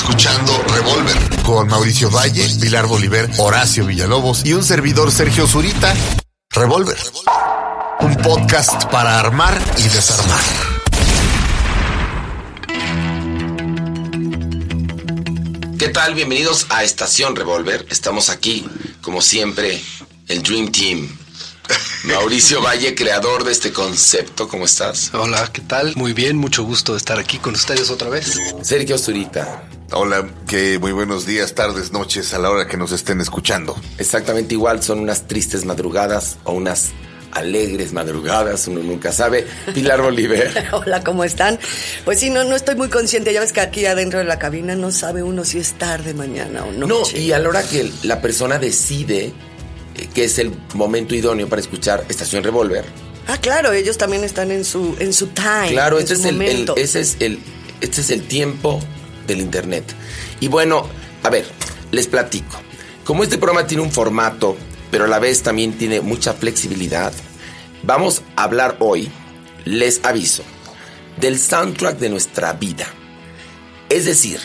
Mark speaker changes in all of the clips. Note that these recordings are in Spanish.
Speaker 1: escuchando Revolver con Mauricio Valle, Pilar Bolívar, Horacio Villalobos y un servidor Sergio Zurita. Revolver, un podcast para armar y desarmar.
Speaker 2: ¿Qué tal? Bienvenidos a Estación Revolver. Estamos aquí, como siempre, el Dream Team. Mauricio Valle, creador de este concepto, ¿cómo estás?
Speaker 3: Hola, ¿qué tal? Muy bien, mucho gusto de estar aquí con ustedes otra vez.
Speaker 2: Sergio Zurita.
Speaker 1: Hola, que muy buenos días, tardes, noches, a la hora que nos estén escuchando.
Speaker 2: Exactamente igual, son unas tristes madrugadas o unas alegres madrugadas, uno nunca sabe. Pilar Bolívar.
Speaker 4: Hola, ¿cómo están? Pues sí, no estoy muy consciente. Ya ves que aquí adentro de la cabina no sabe uno si es tarde, mañana o noche.
Speaker 2: No, y a la hora que la persona decide que es el momento idóneo para escuchar Estación Revolver.
Speaker 4: Ah, claro, ellos también están en su time.
Speaker 2: Claro,
Speaker 4: este
Speaker 2: es el tiempo del internet. Y bueno, a ver, les platico. Como este programa tiene un formato, pero a la vez también tiene mucha flexibilidad, vamos a hablar hoy, les aviso, del soundtrack de nuestra vida. Es decir,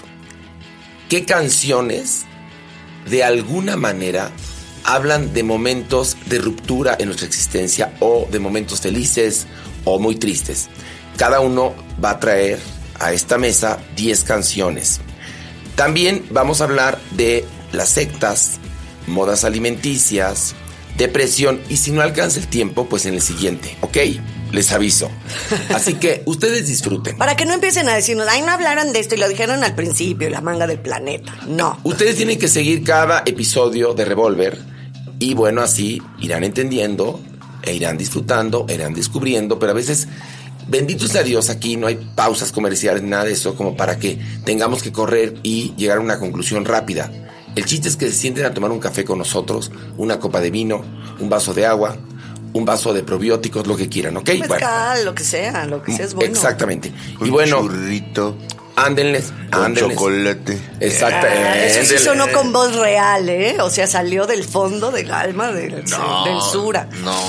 Speaker 2: qué canciones de alguna manera hablan de momentos de ruptura en nuestra existencia o de momentos felices o muy tristes. Cada uno va a traer a esta mesa 10 canciones. También vamos a hablar de las sectas, modas alimenticias, depresión y si no alcanza el tiempo, pues en el siguiente, ¿ok? Les aviso. Así que ustedes disfruten.
Speaker 4: Para que no empiecen a decirnos, ay, no hablaron de esto y lo dijeron al principio, la manga del planeta. No.
Speaker 2: Ustedes tienen que seguir cada episodio de Revolver y bueno, así irán entendiendo e irán disfrutando, irán descubriendo, pero a veces, bendito sea Dios, aquí no hay pausas comerciales, nada de eso, como para que tengamos que correr y llegar a una conclusión rápida. El chiste es que se sienten a tomar un café con nosotros, una copa de vino, un vaso de agua, un vaso de probióticos, lo que quieran, ¿ok?
Speaker 4: Mezcal, bueno, lo que sea es bueno.
Speaker 2: Exactamente.
Speaker 1: Un
Speaker 2: y bueno,
Speaker 1: churrito.
Speaker 2: Ándenles.
Speaker 1: Chocolate.
Speaker 2: Exactamente.
Speaker 4: Eso sí sonó con voz real, ¿eh? O sea, salió del fondo del alma del Sura.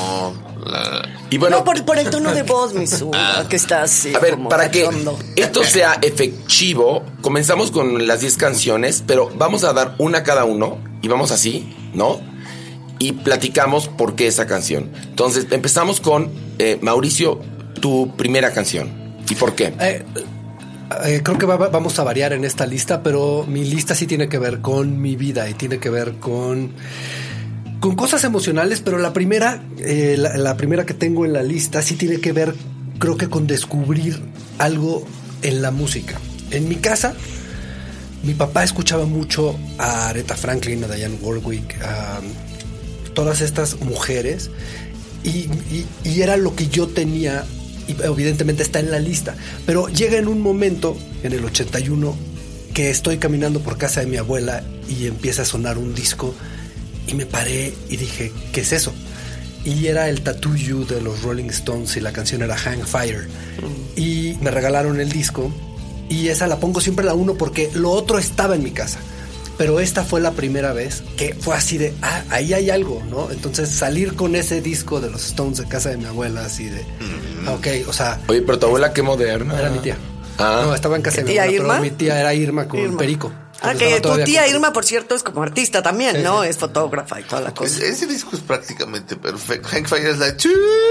Speaker 2: Y bueno,
Speaker 4: no, por el tono de voz, mi Sura, que está así.
Speaker 2: A ver,
Speaker 4: como
Speaker 2: para
Speaker 4: cachondo.
Speaker 2: que esto sea efectivo, comenzamos con las 10 canciones, pero vamos a dar una a cada uno y vamos así, ¿no? Y platicamos por qué esa canción. Entonces, empezamos con Mauricio, tu primera canción. ¿Y por qué?
Speaker 3: Creo que vamos a variar en esta lista, pero mi lista sí tiene que ver con mi vida y tiene que ver con cosas emocionales, pero la primera que tengo en la lista sí tiene que ver, creo que con descubrir algo en la música. En mi casa, mi papá escuchaba mucho a Aretha Franklin, a Dionne Warwick, a todas estas mujeres y era lo que yo tenía. Y evidentemente está en la lista, pero llega en un momento, en el 81, que estoy caminando por casa de mi abuela y empieza a sonar un disco y me paré y dije, ¿qué es eso? Y era el Tattoo You de los Rolling Stones y la canción era Hang Fire y me regalaron el disco y esa la pongo siempre la uno porque lo otro estaba en mi casa. Pero esta fue la primera vez que fue así de, ahí hay algo, ¿no? Entonces salir con ese disco de los Stones de casa de mi abuela, así de, ok, o sea...
Speaker 2: Oye, pero tu abuela qué moderna.
Speaker 3: Era mi tía.
Speaker 2: Ah.
Speaker 3: No, estaba en casa de mi abuela,
Speaker 4: ¿Irma?
Speaker 3: pero mi tía era Irma con Perico.
Speaker 4: Que tu tía Irma, por cierto, es como artista también,
Speaker 3: sí,
Speaker 4: ¿no?
Speaker 3: sí.
Speaker 4: Es fotógrafa y toda la cosa.
Speaker 1: Ese disco es prácticamente perfecto. Hank Fire es la...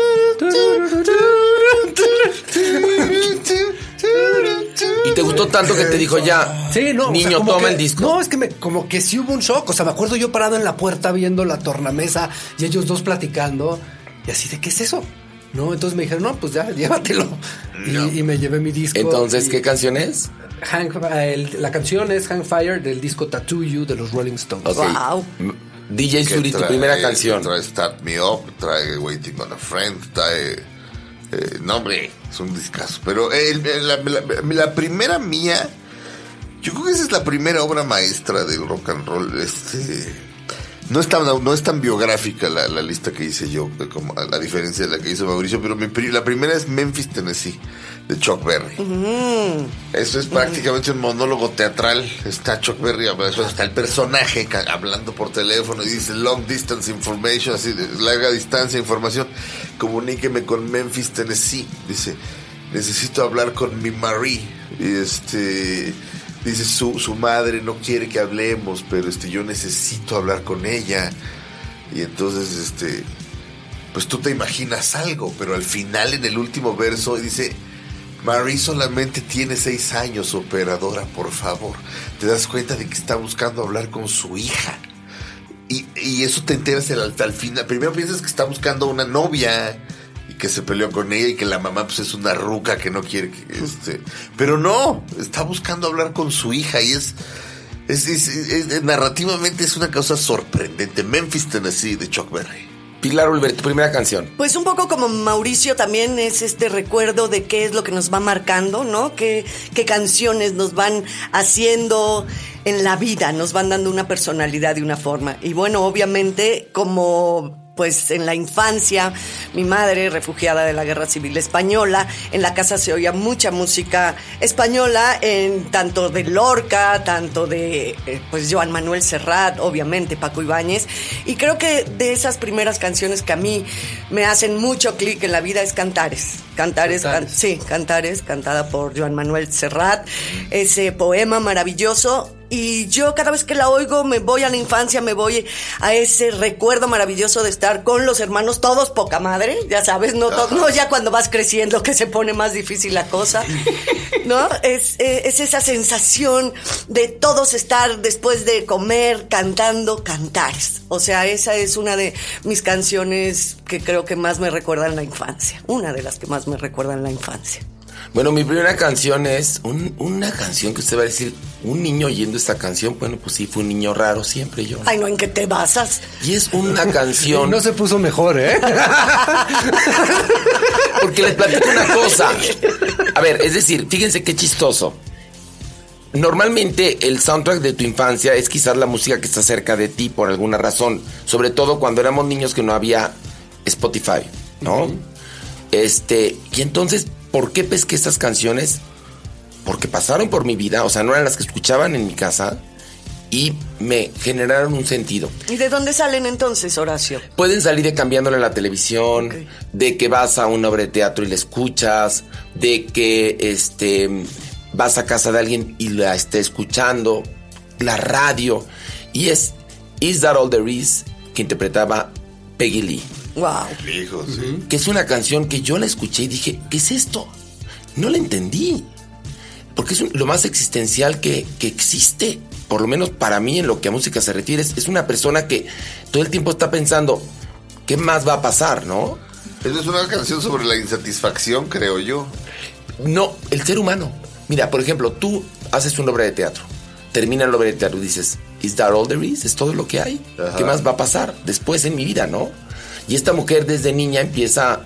Speaker 2: ¿Y te gustó tanto que te dijo ya,
Speaker 3: sí, no,
Speaker 2: niño,
Speaker 3: o sea,
Speaker 2: toma
Speaker 3: que,
Speaker 2: el disco?
Speaker 3: No, es que como que sí hubo un shock. O sea, me acuerdo yo parado en la puerta viendo la tornamesa y ellos dos platicando. Y así de, ¿qué es eso? ¿No? Entonces me dijeron, no, pues ya, llévatelo.
Speaker 1: No.
Speaker 3: Y me llevé mi disco.
Speaker 2: Entonces, ¿qué canción es?
Speaker 3: La canción es Hang Fire del disco Tattoo You de los Rolling Stones.
Speaker 2: Ok.
Speaker 4: Wow.
Speaker 2: DJ Suri, tu primera canción.
Speaker 1: Trae Start Me Up, trae Waiting on a Friend, trae... no, hombre, es un discazo. Pero la primera mía, yo creo que esa es la primera obra maestra del rock and roll. No es tan biográfica la lista que hice yo, como a diferencia de la que hizo Mauricio, pero la primera es Memphis, Tennessee, de Chuck Berry. Eso es prácticamente un monólogo teatral. Está Chuck Berry, está el personaje hablando por teléfono y dice long distance information, así de larga distancia información, comuníqueme con Memphis, Tennessee. Dice, necesito hablar con mi Marie. Y dice su madre no quiere que hablemos, pero yo necesito hablar con ella. Y entonces, pues tú te imaginas algo, pero al final, en el último verso, dice: Marie solamente tiene 6 años, operadora, por favor. Te das cuenta de que está buscando hablar con su hija. Y eso te enteras al final. Primero piensas que está buscando una novia y que se peleó con ella y que la mamá pues es una ruca que no quiere que, pero no, está buscando hablar con su hija y es narrativamente es una cosa sorprendente. Memphis, Tennessee, de Chuck Berry.
Speaker 2: Pilar Olver, tu primera canción.
Speaker 4: Pues un poco como Mauricio también es este recuerdo de qué es lo que nos va marcando, ¿no? Qué canciones nos van haciendo en la vida, nos van dando una personalidad y una forma. Y bueno, obviamente como pues en la infancia, mi madre, refugiada de la Guerra Civil Española, en la casa se oía mucha música española, tanto de Lorca, tanto de pues Joan Manuel Serrat, obviamente Paco Ibáñez, y creo que de esas primeras canciones que a mí me hacen mucho clic en la vida es Cantares, cantada por Joan Manuel Serrat, ese poema maravilloso. Y yo cada vez que la oigo me voy a la infancia, me voy a ese recuerdo maravilloso de estar con los hermanos, todos poca madre, ya sabes, no ya cuando vas creciendo que se pone más difícil la cosa, ¿no? Es esa sensación de todos estar después de comer cantando Cantares. O sea, esa es una de mis canciones que creo que más me recuerdan la infancia, una de las que más me recuerdan la infancia.
Speaker 2: Bueno, mi primera canción es una canción que usted va a decir, un niño oyendo esta canción, bueno, pues sí, fue un niño raro siempre yo.
Speaker 4: Ay, no, ¿en qué te basas?
Speaker 2: Y es una canción...
Speaker 3: No se puso mejor, ¿eh?
Speaker 2: Porque les platico una cosa. A ver, es decir, fíjense qué chistoso. Normalmente el soundtrack de tu infancia es quizás la música que está cerca de ti por alguna razón. Sobre todo cuando éramos niños que no había Spotify, ¿no? Y entonces... ¿Por qué pesqué estas canciones? Porque pasaron por mi vida, o sea, no eran las que escuchaban en mi casa y me generaron un sentido.
Speaker 4: ¿Y de dónde salen entonces, Horacio?
Speaker 2: Pueden salir de cambiándole la televisión, okay, de que vas a una obra de teatro y la escuchas, de que vas a casa de alguien y la esté escuchando, la radio. Y es Is That All There Is, que interpretaba Peggy Lee.
Speaker 4: Wow.
Speaker 1: Hijo, sí.
Speaker 2: Que es una canción que yo la escuché y dije, ¿qué es esto? No la entendí. Porque es lo más existencial que existe. Por lo menos para mí, en lo que a música se refiere, es una persona que todo el tiempo está pensando, ¿qué más va a pasar, no?
Speaker 1: Eso es una canción sobre la insatisfacción, creo yo.
Speaker 2: No, el ser humano. Mira, por ejemplo, tú haces una obra de teatro. Termina la obra de teatro y dices, ¿Is that all there is? ¿Es todo lo que hay? Ajá. ¿Qué más va a pasar después en mi vida, no? Y esta mujer desde niña empieza,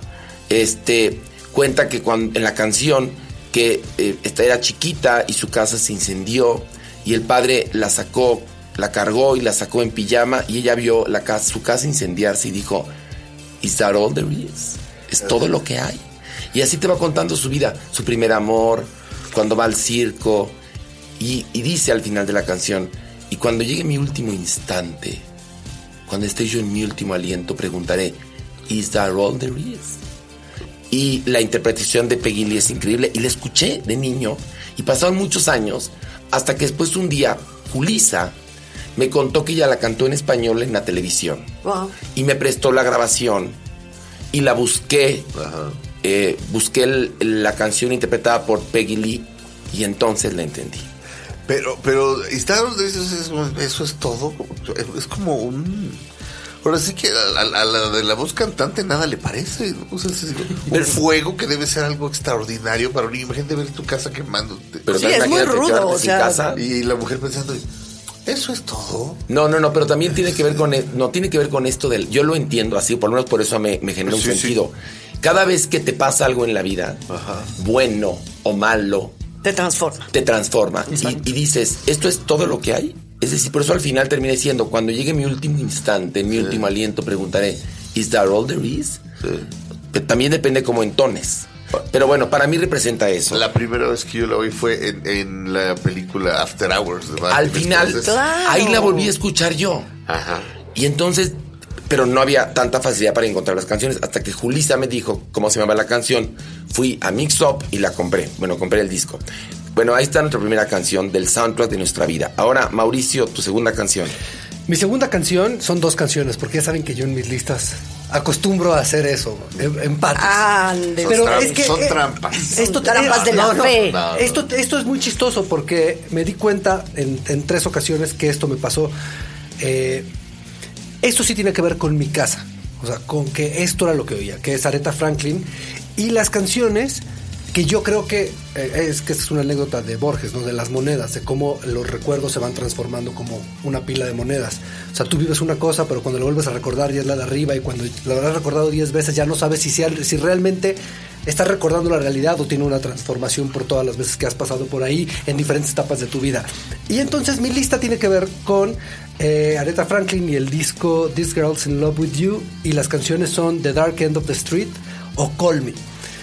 Speaker 2: cuenta que en la canción que esta era chiquita y su casa se incendió y el padre la cargó y la sacó en pijama y ella vio su casa incendiarse y dijo, ¿Is that all there is? ¿Es todo lo que hay? Y así te va contando su vida, su primer amor, cuando va al circo y dice al final de la canción, y cuando llegue mi último instante, cuando esté yo en mi último aliento, preguntaré, ¿Is that all there is? Y la interpretación de Peggy Lee es increíble. Y la escuché de niño. Y pasaron muchos años. Hasta que después un día, Julissa me contó que ella la cantó en español en la televisión.
Speaker 4: Wow.
Speaker 2: Y me prestó la grabación. Y la busqué.
Speaker 1: Ajá.
Speaker 2: Busqué la canción interpretada por Peggy Lee. Y entonces la entendí.
Speaker 1: Pero eso es todo. Es como un... Ahora sí que a la de la voz cantante nada le parece. O sea, un fuego que debe ser algo extraordinario para un niño. Imagínate ver tu casa quemando.
Speaker 4: Pero sí, es muy rudo. O sea,
Speaker 1: casa y la mujer pensando, ¿eso es todo?
Speaker 2: No, pero también tiene que ver con... No, tiene que ver con esto del... Yo lo entiendo así, por lo menos por eso me genera un sentido. Sí. Cada vez que te pasa algo en la vida, ajá, bueno o malo...
Speaker 4: Te transforma.
Speaker 2: Te transforma. Y dices, ¿esto es todo lo que hay? Es decir, por eso al final termina diciendo, cuando llegue mi último instante, mi último aliento, preguntaré, ¿Is that all there is? Sí. Que también depende cómo entones. Pero bueno, para mí representa eso.
Speaker 1: La primera vez que yo la oí fue en la película After Hours. De
Speaker 2: al final, claro, ahí la volví a escuchar yo.
Speaker 1: Ajá.
Speaker 2: Y entonces, pero no había tanta facilidad para encontrar las canciones. Hasta que Julissa me dijo cómo se llamaba la canción, fui a Mix Up y la compré. Bueno, compré el disco. Bueno, ahí está nuestra primera canción del soundtrack de nuestra vida. Ahora, Mauricio, tu segunda canción.
Speaker 3: Mi segunda canción son 2 canciones, porque ya saben que yo en mis listas acostumbro a hacer eso, empates.
Speaker 4: Pero
Speaker 1: es que son trampas.
Speaker 4: Son trampas de la fe.
Speaker 1: No.
Speaker 3: Esto es muy chistoso porque me di cuenta en 3 ocasiones que esto me pasó. Esto sí tiene que ver con mi casa, o sea, con que esto era lo que oía, que es Aretha Franklin, y las canciones que yo creo que es una anécdota de Borges, ¿no? De las monedas, de cómo los recuerdos se van transformando como una pila de monedas. O sea, tú vives una cosa, pero cuando lo vuelves a recordar ya es la de arriba, y cuando lo habrás recordado 10 veces ya no sabes si realmente estás recordando la realidad o tiene una transformación por todas las veces que has pasado por ahí en diferentes etapas de tu vida. Y entonces mi lista tiene que ver con Aretha Franklin y el disco This Girl's in Love With You, y las canciones son The Dark End of the Street o Call Me.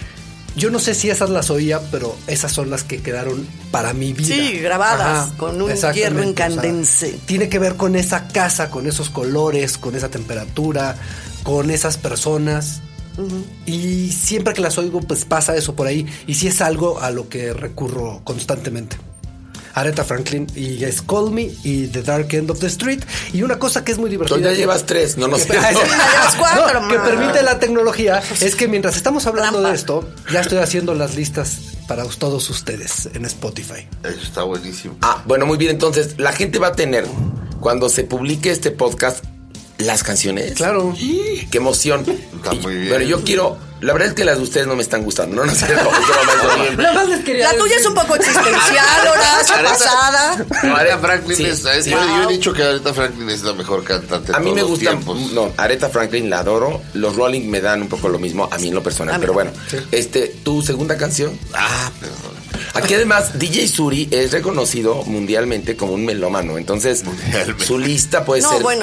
Speaker 3: Yo no sé si esas las oía, pero esas son las que quedaron para mi vida.
Speaker 4: Sí, grabadas. Ajá, con un hierro incandescente.
Speaker 3: O sea, tiene que ver con esa casa, con esos colores, con esa temperatura, con esas personas. Uh-huh. Y siempre que las oigo, pues pasa eso por ahí. Y sí es algo a lo que recurro constantemente. Aretha Franklin, y es Call Me y The Dark End of the Street. Y una cosa que es muy divertida.
Speaker 2: Entonces ya llevas 3, no sé.
Speaker 4: Ya llevas 4,
Speaker 3: no, que permite la tecnología es que mientras estamos hablando de esto, ya estoy haciendo las listas para todos ustedes en Spotify.
Speaker 1: Eso está buenísimo.
Speaker 2: Bueno, muy bien. Entonces, la gente va a tener, cuando se publique este podcast, las canciones.
Speaker 3: Claro.
Speaker 2: ¡Qué emoción!
Speaker 1: Está muy bien.
Speaker 2: Pero yo quiero... La verdad es que las de ustedes no me están gustando. No sé.
Speaker 3: Nada más les quería
Speaker 4: la tuya es un poco existencial, Horacio, pasada.
Speaker 1: Aretha Franklin
Speaker 2: sí,
Speaker 1: sí. Yo he dicho que Aretha Franklin es la mejor cantante de
Speaker 2: a mí me gusta.
Speaker 1: Tiempos.
Speaker 2: Aretha Franklin la adoro. Los Rolling me dan un poco lo mismo a mí en lo personal. Pero bueno, sí. ¿Tu segunda canción?
Speaker 1: Perdón.
Speaker 2: Aquí además DJ Suri es reconocido mundialmente como un melómano. Entonces, su lista puede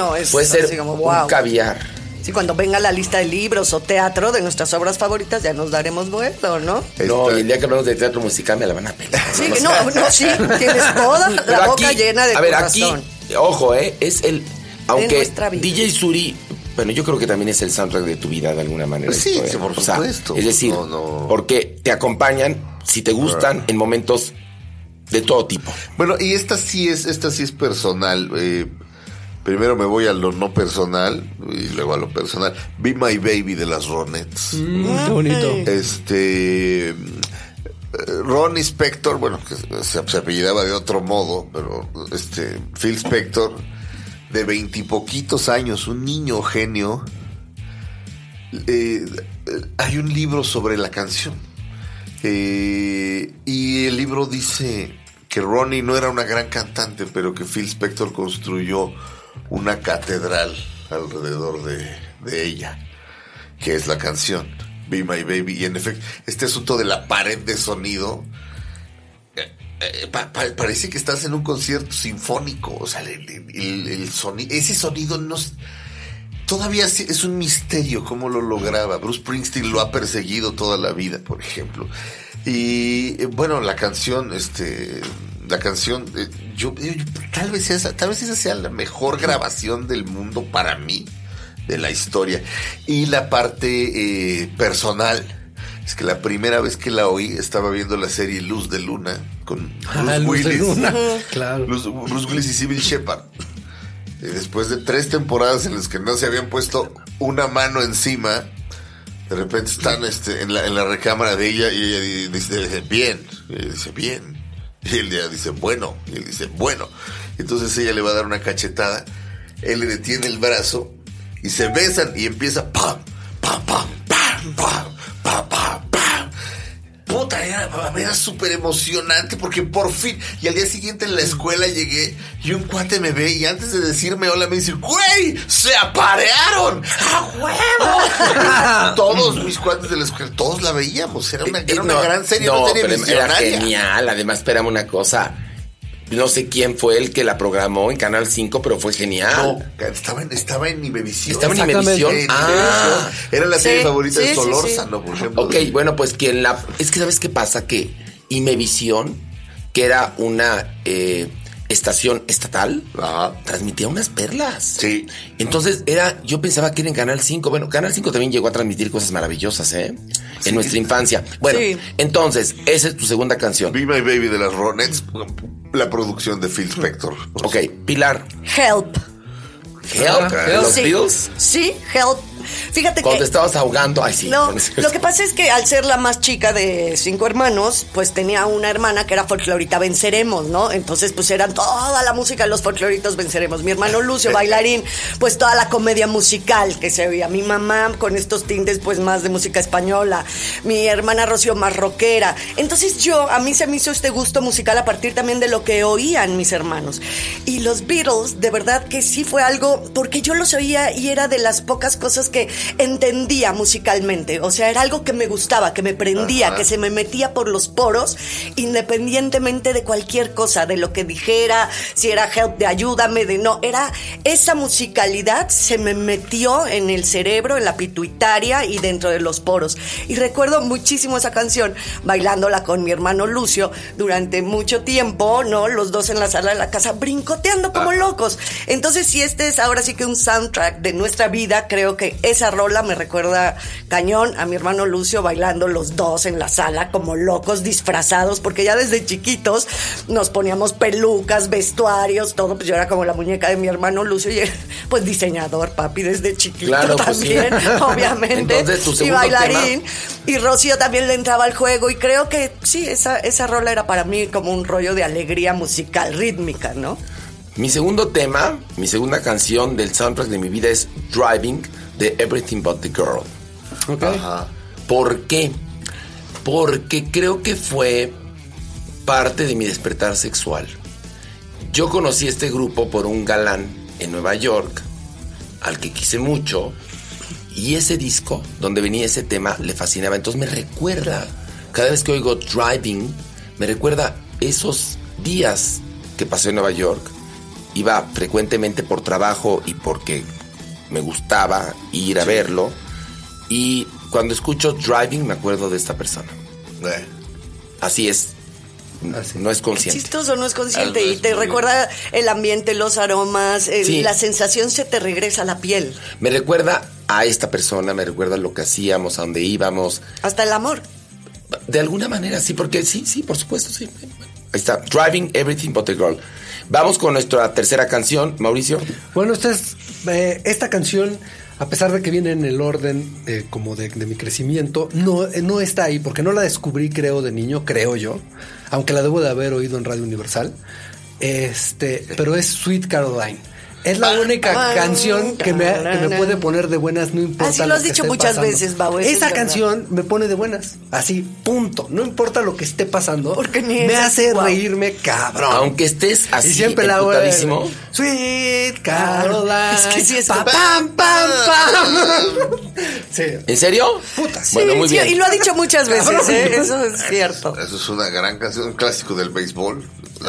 Speaker 2: ser
Speaker 4: como, wow.
Speaker 2: Un caviar.
Speaker 4: Sí, cuando venga la lista de libros o teatro de nuestras obras favoritas, ya nos daremos vuelta, ¿no?
Speaker 2: No, y el día que hablamos de teatro musical me la van a pelar.
Speaker 4: Sí, sí, tienes toda la boca llena de razón.
Speaker 2: Aquí, ojo, es el... Aunque DJ Suri, bueno, yo creo que también es el soundtrack de tu vida de alguna manera.
Speaker 1: Pues sí, por supuesto.
Speaker 2: Es decir, porque te acompañan, si te gustan, en momentos de todo tipo.
Speaker 1: Bueno, y esta sí es personal. Primero me voy a lo no personal y luego a lo personal. Be My Baby de las Ronettes.
Speaker 3: Qué bonito.
Speaker 1: Ronnie Spector, bueno, que se apellidaba de otro modo, pero Phil Spector, de 20 y poquitos años, un niño genio. Hay un libro sobre la canción. Y el libro dice que Ronnie no era una gran cantante, pero que Phil Spector construyó una catedral alrededor de ella, que es la canción Be My Baby. Y en efecto, este asunto de la pared de sonido, parece que estás en un concierto sinfónico. O sea, el sonido, ese sonido todavía es un misterio cómo lo lograba. Bruce Springsteen lo ha perseguido toda la vida, por ejemplo. Y bueno, la canción, yo tal vez esa sea la mejor grabación del mundo para mí, de la historia. Y la parte personal es que la primera vez que la oí estaba viendo la serie Luz de Luna con Bruce Willis.
Speaker 3: Claro.
Speaker 1: Bruce Willis y Sybil Shepherd. Después de 3 temporadas en las que no se habían puesto una mano encima, de repente están en la recámara de ella y ella dice bien, y ella dice bien, y él dice bueno, y él dice bueno. Entonces ella le va a dar una cachetada, él le detiene el brazo y se besan y empieza pam, pam, pam, pam, pam, pam, pam, pam. Puta, era súper emocionante porque por fin, y al día siguiente en la escuela llegué y un cuate me ve y antes de decirme hola me dice, ¡güey! ¡Se aparearon! ¡A huevo! Todos mis cuates de la escuela, todos la veíamos, era una gran serie, una serie visionaria.
Speaker 2: Era genial, además, espérame una cosa. No sé quién fue el que la programó en Canal 5, pero fue genial.
Speaker 1: No, estaba en Imevisión.
Speaker 2: Estaba en Imevisión.
Speaker 1: Era la serie favorita de Solórzano, por ejemplo.
Speaker 2: Ok, bueno, pues es que ¿sabes qué pasa? Que Imevisión, que era una estación estatal,
Speaker 1: Ajá.
Speaker 2: transmitía unas perlas.
Speaker 1: Sí.
Speaker 2: Entonces yo pensaba que era en Canal 5. Bueno, Canal 5 también llegó a transmitir cosas maravillosas, en nuestra infancia. Bueno,
Speaker 4: Sí.
Speaker 2: Entonces, esa es tu segunda canción.
Speaker 1: Be My Baby de las Ronettes, la producción de Phil Spector.
Speaker 2: Ok, Pilar.
Speaker 4: Help.
Speaker 2: Help, de los
Speaker 4: Sí.
Speaker 2: Beatles.
Speaker 4: Sí, Help. Fíjate
Speaker 2: Cuando
Speaker 4: que...
Speaker 2: te estabas ahogando, ay sí.
Speaker 4: No, lo que pasa es que al ser la más chica de 5 hermanos, pues tenía una hermana que era folclorita Venceremos, ¿no? Entonces, pues eran toda la música de los folcloritos Venceremos. Mi hermano Lucio, bailarín, pues toda la comedia musical que se oía. Mi mamá con estos tintes, pues más de música española. Mi hermana Rocío, más rockera. Entonces a mí se me hizo este gusto musical a partir también de lo que oían mis hermanos. Y los Beatles, de verdad que sí fue algo, porque yo los oía y era de las pocas cosas que entendía musicalmente. O sea, era algo que me gustaba, que me prendía,
Speaker 1: Ajá.
Speaker 4: que se me metía por los poros, independientemente de cualquier cosa, de lo que dijera, si era Help, de ayúdame, de no. Era esa musicalidad se me metió en el cerebro, en la pituitaria y dentro de los poros. Y recuerdo muchísimo esa canción, bailándola con mi hermano Lucio durante mucho tiempo, ¿no? Los dos en la sala de la casa, brincoteando como locos. Entonces, si este es ahora sí que un soundtrack de nuestra vida, creo que esa rola me recuerda cañón a mi hermano Lucio bailando los dos en la sala como locos, disfrazados, porque ya desde chiquitos nos poníamos pelucas, vestuarios, todo. Pues yo era como la muñeca de mi hermano Lucio y pues diseñador, papi, desde chiquito.
Speaker 2: Claro, pues,
Speaker 4: también,
Speaker 2: sí.
Speaker 4: obviamente.
Speaker 2: Entonces, tu
Speaker 4: y
Speaker 2: segundo
Speaker 4: bailarín.
Speaker 2: tema.
Speaker 4: Y Rocío también le entraba al juego y creo que sí, esa rola era para mí como un rollo de alegría musical, rítmica, ¿no?
Speaker 2: Mi segundo tema, mi segunda canción del soundtrack de mi vida es Driving de Everything But the Girl.
Speaker 3: Ok.
Speaker 1: Ajá.
Speaker 2: ¿Por qué? Porque creo que fue parte de mi despertar sexual. Yo conocí este grupo por un galán en Nueva York, al que quise mucho, y ese disco, donde venía ese tema, le fascinaba. Entonces me recuerda, cada vez que oigo Driving, me recuerda esos días que pasé en Nueva York. Iba frecuentemente por trabajo y porque me gustaba ir a verlo. Y cuando escucho Driving me acuerdo de esta persona. Así es.
Speaker 3: Así.
Speaker 2: No es consciente.
Speaker 4: Chistoso, no es consciente.
Speaker 1: Algo
Speaker 4: Y
Speaker 1: es
Speaker 4: te
Speaker 1: muy
Speaker 4: recuerda el ambiente, los aromas,
Speaker 2: Sí.
Speaker 4: la sensación se te regresa a la piel.
Speaker 2: Me recuerda a esta persona, me recuerda lo que hacíamos, a dónde íbamos.
Speaker 4: Hasta el amor.
Speaker 2: De alguna manera, sí, porque sí, por supuesto, sí. Ahí está, Driving Everything But the Girl. Vamos con nuestra tercera canción, Mauricio.
Speaker 3: Bueno, esta canción, a pesar de que viene en el orden como de mi crecimiento, no está ahí, porque no la descubrí, creo, de niño, creo yo, aunque la debo de haber oído en Radio Universal. Pero es Sweet Caroline. Es la única canción que me puede poner de buenas, no importa.
Speaker 4: Así lo
Speaker 3: lo
Speaker 4: has
Speaker 3: que
Speaker 4: dicho
Speaker 3: esté
Speaker 4: muchas
Speaker 3: pasando.
Speaker 4: veces, Bau, eso es
Speaker 3: Esa
Speaker 4: verdad.
Speaker 3: canción me pone de buenas, así, punto. No importa lo que esté pasando,
Speaker 4: Porque ni
Speaker 3: me
Speaker 4: esas,
Speaker 3: hace
Speaker 4: guau.
Speaker 3: reírme cabrón.
Speaker 2: Aunque estés así,
Speaker 3: Y siempre la hago.
Speaker 2: emputadísimo.
Speaker 3: Sweet Caroline.
Speaker 4: Es que sí es-
Speaker 3: Pa, pam, pam, pam. Sí.
Speaker 2: ¿En serio?
Speaker 3: Puta, sí.
Speaker 2: Bueno, muy
Speaker 4: Sí,
Speaker 2: bien.
Speaker 4: y lo ha dicho muchas veces,
Speaker 3: Cabrón.
Speaker 4: eso es cierto.
Speaker 1: Eso es una gran canción, un clásico del béisbol.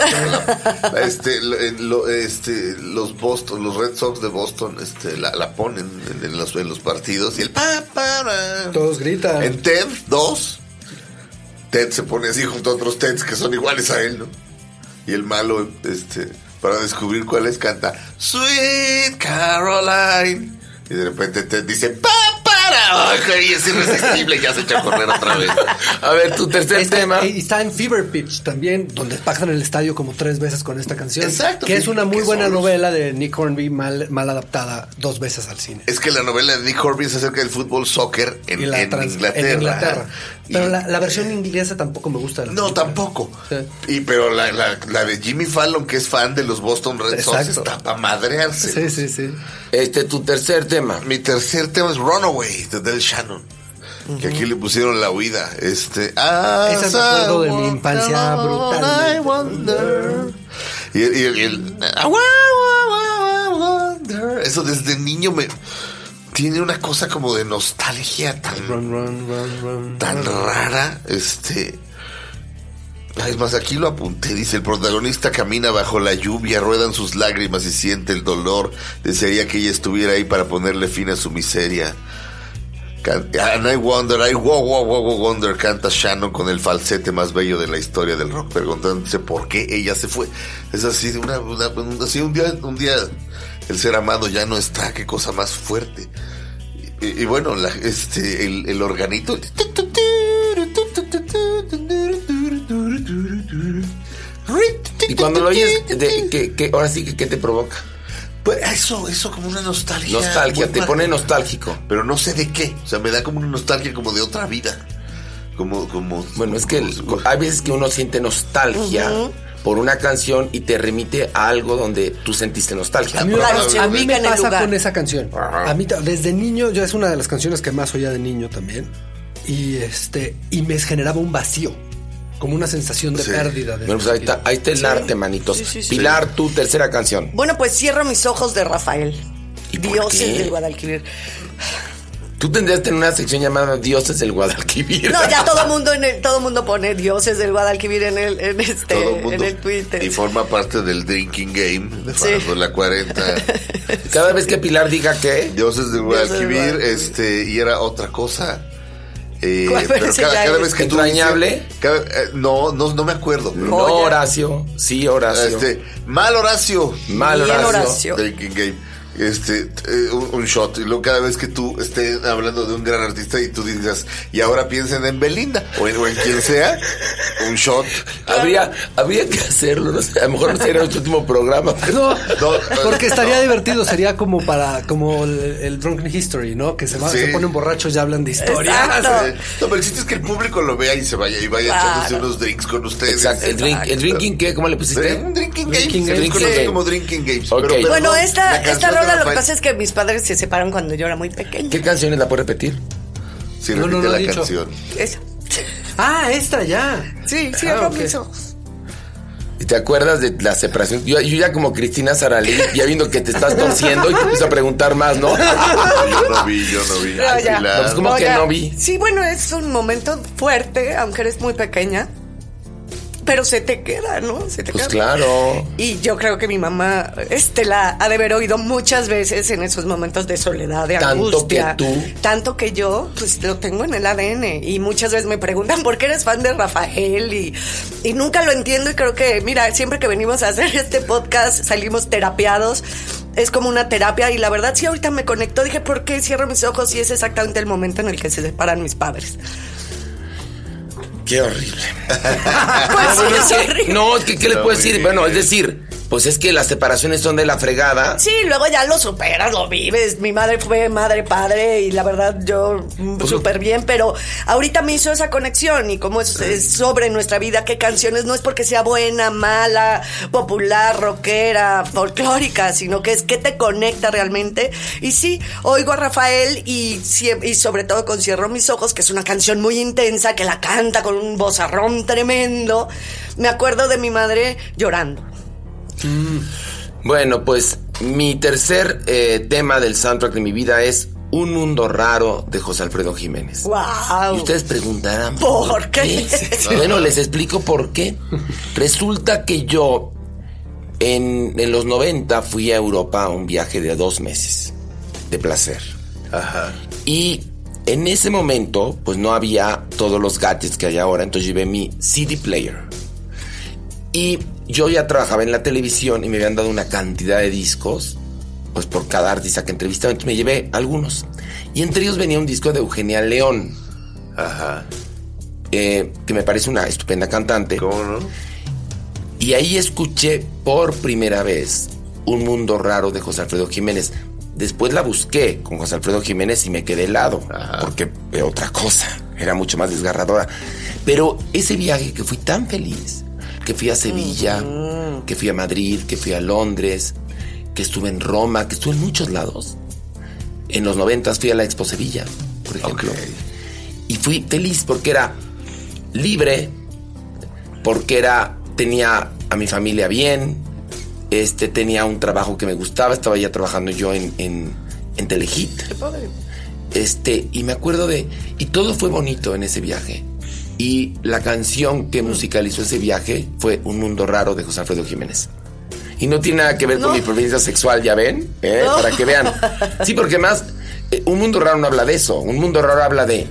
Speaker 1: Los Red Sox de Boston, la ponen en los partidos y el pa.
Speaker 3: Todos gritan.
Speaker 1: En Ted 2, Ted se pone así junto a otros Teds que son iguales a él, ¿no? Y el malo, para descubrir cuál es, canta Sweet Caroline. Y de repente Ted dice pa. Ay, es irresistible, ya se echó a correr otra vez.
Speaker 2: A ver, tu tercer tema.
Speaker 3: Y está en Fever Pitch también, donde pasan el estadio como 3 veces con esta canción.
Speaker 1: Exacto,
Speaker 3: Que es una muy
Speaker 1: que
Speaker 3: buena
Speaker 1: son los-
Speaker 3: novela de Nick Hornby, mal adaptada 2 veces al cine.
Speaker 1: Es que la novela de Nick Hornby es acerca del fútbol soccer en
Speaker 3: Y la
Speaker 1: Inglaterra.
Speaker 3: en Inglaterra. Pero
Speaker 1: Y-
Speaker 3: la versión inglesa tampoco me gusta. de la
Speaker 1: No,
Speaker 3: película.
Speaker 1: tampoco.
Speaker 3: Sí.
Speaker 1: Pero la de Jimmy Fallon, que es fan de los Boston Red Sox,
Speaker 3: Exacto.
Speaker 1: está para madrearse.
Speaker 3: Sí.
Speaker 2: Tu tercer tema.
Speaker 1: Mi tercer tema es Runaway, de Del Shannon. Que aquí le pusieron la huida.
Speaker 3: Esa me acuerdo de mi infancia brutalmente.
Speaker 1: I wonder. Y el eso desde niño tiene una cosa como de nostalgia
Speaker 3: Run.
Speaker 1: tan rara. Es más, aquí lo apunté. Dice: el protagonista camina bajo la lluvia, ruedan sus lágrimas y siente el dolor. Desearía que ella estuviera ahí para ponerle fin a su miseria. And I Wonder canta Shannon con el falsete más bello de la historia del rock, preguntándose por qué ella se fue. Es así, así un día el ser amado ya no está, qué cosa más fuerte. Y bueno, el organito.
Speaker 2: Y cuando lo oyes, ahora sí que ¿qué te provoca?
Speaker 1: Pues eso como una nostalgia.
Speaker 2: Nostalgia, te pone nostálgico.
Speaker 1: Pero no sé de qué. O sea, me da como una nostalgia como de otra vida.
Speaker 2: Bueno, es que hay veces que uno siente nostalgia por una canción y te remite a algo donde tú sentiste nostalgia.
Speaker 3: A mí me pasa con esa canción. A mí desde niño, ya es una de las canciones que más oía de niño también. Y me generaba un vacío. Como una sensación de pérdida.
Speaker 2: Bueno, pues ahí está el arte, manitos. Sí. Pilar, tu tercera canción.
Speaker 4: Bueno, pues Cierro mis ojos de Rafael.
Speaker 2: ¿Y
Speaker 4: Dioses del Guadalquivir.
Speaker 2: Tú tendrías que tener una sección llamada Dioses del Guadalquivir.
Speaker 4: No, ya todo mundo pone Dioses del Guadalquivir en el Twitter.
Speaker 1: Y forma parte del drinking game de Farándula 40.
Speaker 2: Cada vez que Pilar diga que
Speaker 1: Dioses del Guadalquivir, y era otra cosa. Pero cada vez que
Speaker 2: entrañable.
Speaker 1: No me acuerdo.
Speaker 2: No, Horacio. Sí, Horacio.
Speaker 1: Mal Horacio.
Speaker 4: Horacio.
Speaker 1: Drinking game. Un shot. Y luego cada vez que tú estés hablando de un gran artista y tú digas, y ahora piensen en Belinda o en quien sea, un shot.
Speaker 2: Habría que hacerlo, no sé, a lo mejor no sería nuestro último programa.
Speaker 3: No, porque estaría divertido, sería como el Drunken History, ¿no? Que se ponen borrachos y hablan de historia.
Speaker 1: No, pero el chiste es que el público lo vea y se vaya echándose unos drinks con ustedes.
Speaker 2: Exacto. ¿El drinking qué? ¿Cómo le pusiste?
Speaker 1: Un drinking game. Como drinking games.
Speaker 2: Okay.
Speaker 1: Pero
Speaker 4: bueno, esta rola lo que pasa es que mis padres se separaron cuando yo era muy pequeña.
Speaker 2: ¿Qué canciones la puedes repetir?
Speaker 1: Sí, repite la canción.
Speaker 4: Esa.
Speaker 3: Esta ya.
Speaker 4: Sí, Cierro mis ojos.
Speaker 2: ¿Y te acuerdas de la separación? Yo ya como Cristina Saralí, ya viendo que te estás torciendo y te empiezo a preguntar más, ¿no?
Speaker 1: Yo no vi.
Speaker 2: Pues como que no vi.
Speaker 4: Sí, bueno, es un momento fuerte, aunque eres muy pequeña. Pero se te queda, ¿no?
Speaker 2: Pues claro.
Speaker 4: Y yo creo que mi mamá la ha de haber oído muchas veces en esos momentos de soledad, de angustia. Tanto que yo, pues lo tengo en el ADN. Y muchas veces me preguntan por qué eres fan de Rafael. Y nunca lo entiendo. Y creo que, mira, siempre que venimos a hacer este podcast salimos terapiados. Es como una terapia. Y la verdad, sí, ahorita me conectó. Dije, ¿por qué cierro mis ojos? Y es exactamente el momento en el que se separan mis padres.
Speaker 2: Qué horrible.
Speaker 4: Pues es horrible.
Speaker 2: No, es que ¿qué le puedo decir? Bueno, es decir, pues es que las separaciones son de la fregada.
Speaker 4: Sí, luego ya lo superas, lo vives. Mi madre fue madre-padre y la verdad yo súper bien, pero ahorita me hizo esa conexión y como es sobre nuestra vida, qué canciones, no es porque sea buena, mala, popular, rockera, folclórica, sino que es que te conecta realmente. Y sí, oigo a Rafael y sobre todo con Cierro mis ojos, que es una canción muy intensa, que la canta con un vozarrón tremendo. Me acuerdo de mi madre llorando.
Speaker 2: Bueno, pues mi tercer tema del soundtrack de mi vida es Un Mundo Raro de José Alfredo Jiménez.
Speaker 4: ¡Wow!
Speaker 2: Y ustedes preguntarán
Speaker 4: ¿por qué?
Speaker 2: Bueno, les explico por qué. Resulta que yo en los 90 fui a Europa a un viaje de 2 meses de placer.
Speaker 1: Ajá.
Speaker 2: Y en ese momento pues no había todos los gadgets que hay ahora, entonces llevé mi CD player. Y yo ya trabajaba en la televisión y me habían dado una cantidad de discos, pues por cada artista que entrevistaba, entonces me llevé algunos. Y entre ellos venía un disco de Eugenia León.
Speaker 1: Ajá.
Speaker 2: Que me parece una estupenda cantante.
Speaker 1: ¿Cómo no?
Speaker 2: Y ahí escuché por primera vez Un Mundo Raro de José Alfredo Jiménez. Después la busqué con José Alfredo Jiménez y me quedé helado. Ajá. Porque otra cosa, era mucho más desgarradora. Pero ese viaje que fui tan feliz, que fui a Sevilla, que fui a Madrid, que fui a Londres, que estuve en Roma, que estuve en muchos lados. En los 90 fui a la Expo Sevilla, por ejemplo. Okay. Y fui feliz porque era libre, porque tenía a mi familia bien, tenía un trabajo que me gustaba, estaba ya trabajando yo en Telehit.
Speaker 4: Qué padre.
Speaker 2: Y me acuerdo y todo fue bonito en ese viaje. Y la canción que musicalizó ese viaje fue Un Mundo Raro de José Alfredo Jiménez. Y no tiene nada que ver con mi preferencia sexual, ¿ya ven? No. Para que vean. Sí, porque más Un mundo raro no habla de eso. Un mundo raro habla de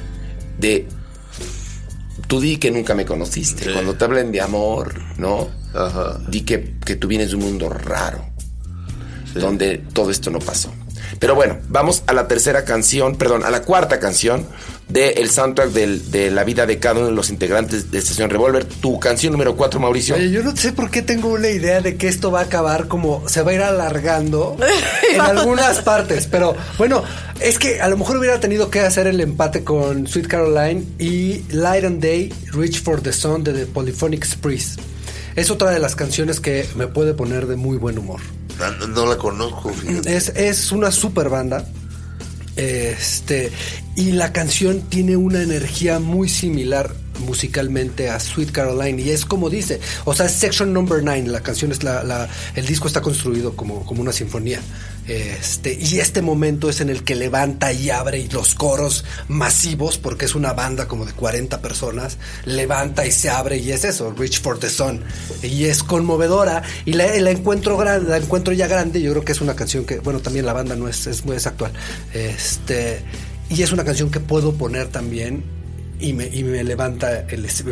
Speaker 2: tú di que nunca me conociste. Sí. Cuando te hablen de amor, ¿no? Ajá. Di que tú vienes de un mundo raro, sí, donde todo esto no pasó. Pero bueno, vamos a la cuarta canción del soundtrack de la vida de cada uno de los integrantes de Estación Revolver. Tu canción número 4, Mauricio.
Speaker 3: Oye, yo no sé por qué tengo una idea de que esto va a acabar como se va a ir alargando en algunas partes, pero bueno, es que a lo mejor hubiera tenido que hacer el empate con Sweet Caroline y Light and Day, Reach for the Sun de The Polyphonic Express. Es otra de las canciones que me puede poner de muy buen humor.
Speaker 1: No la conozco.
Speaker 3: Es una super banda. Y la canción tiene una energía muy similar musicalmente a Sweet Caroline, y es como dice, o sea, es Section Number 9, la canción es el disco está construido como una sinfonía, y este momento es en el que levanta y abre, y los coros masivos, porque es una banda como de 40 personas, levanta y se abre, y es eso, Reach for the Sun, y es conmovedora, y la encuentro ya grande. Yo creo que es una canción que, bueno, también la banda no es muy actual, y es una canción que puedo poner también y me levanta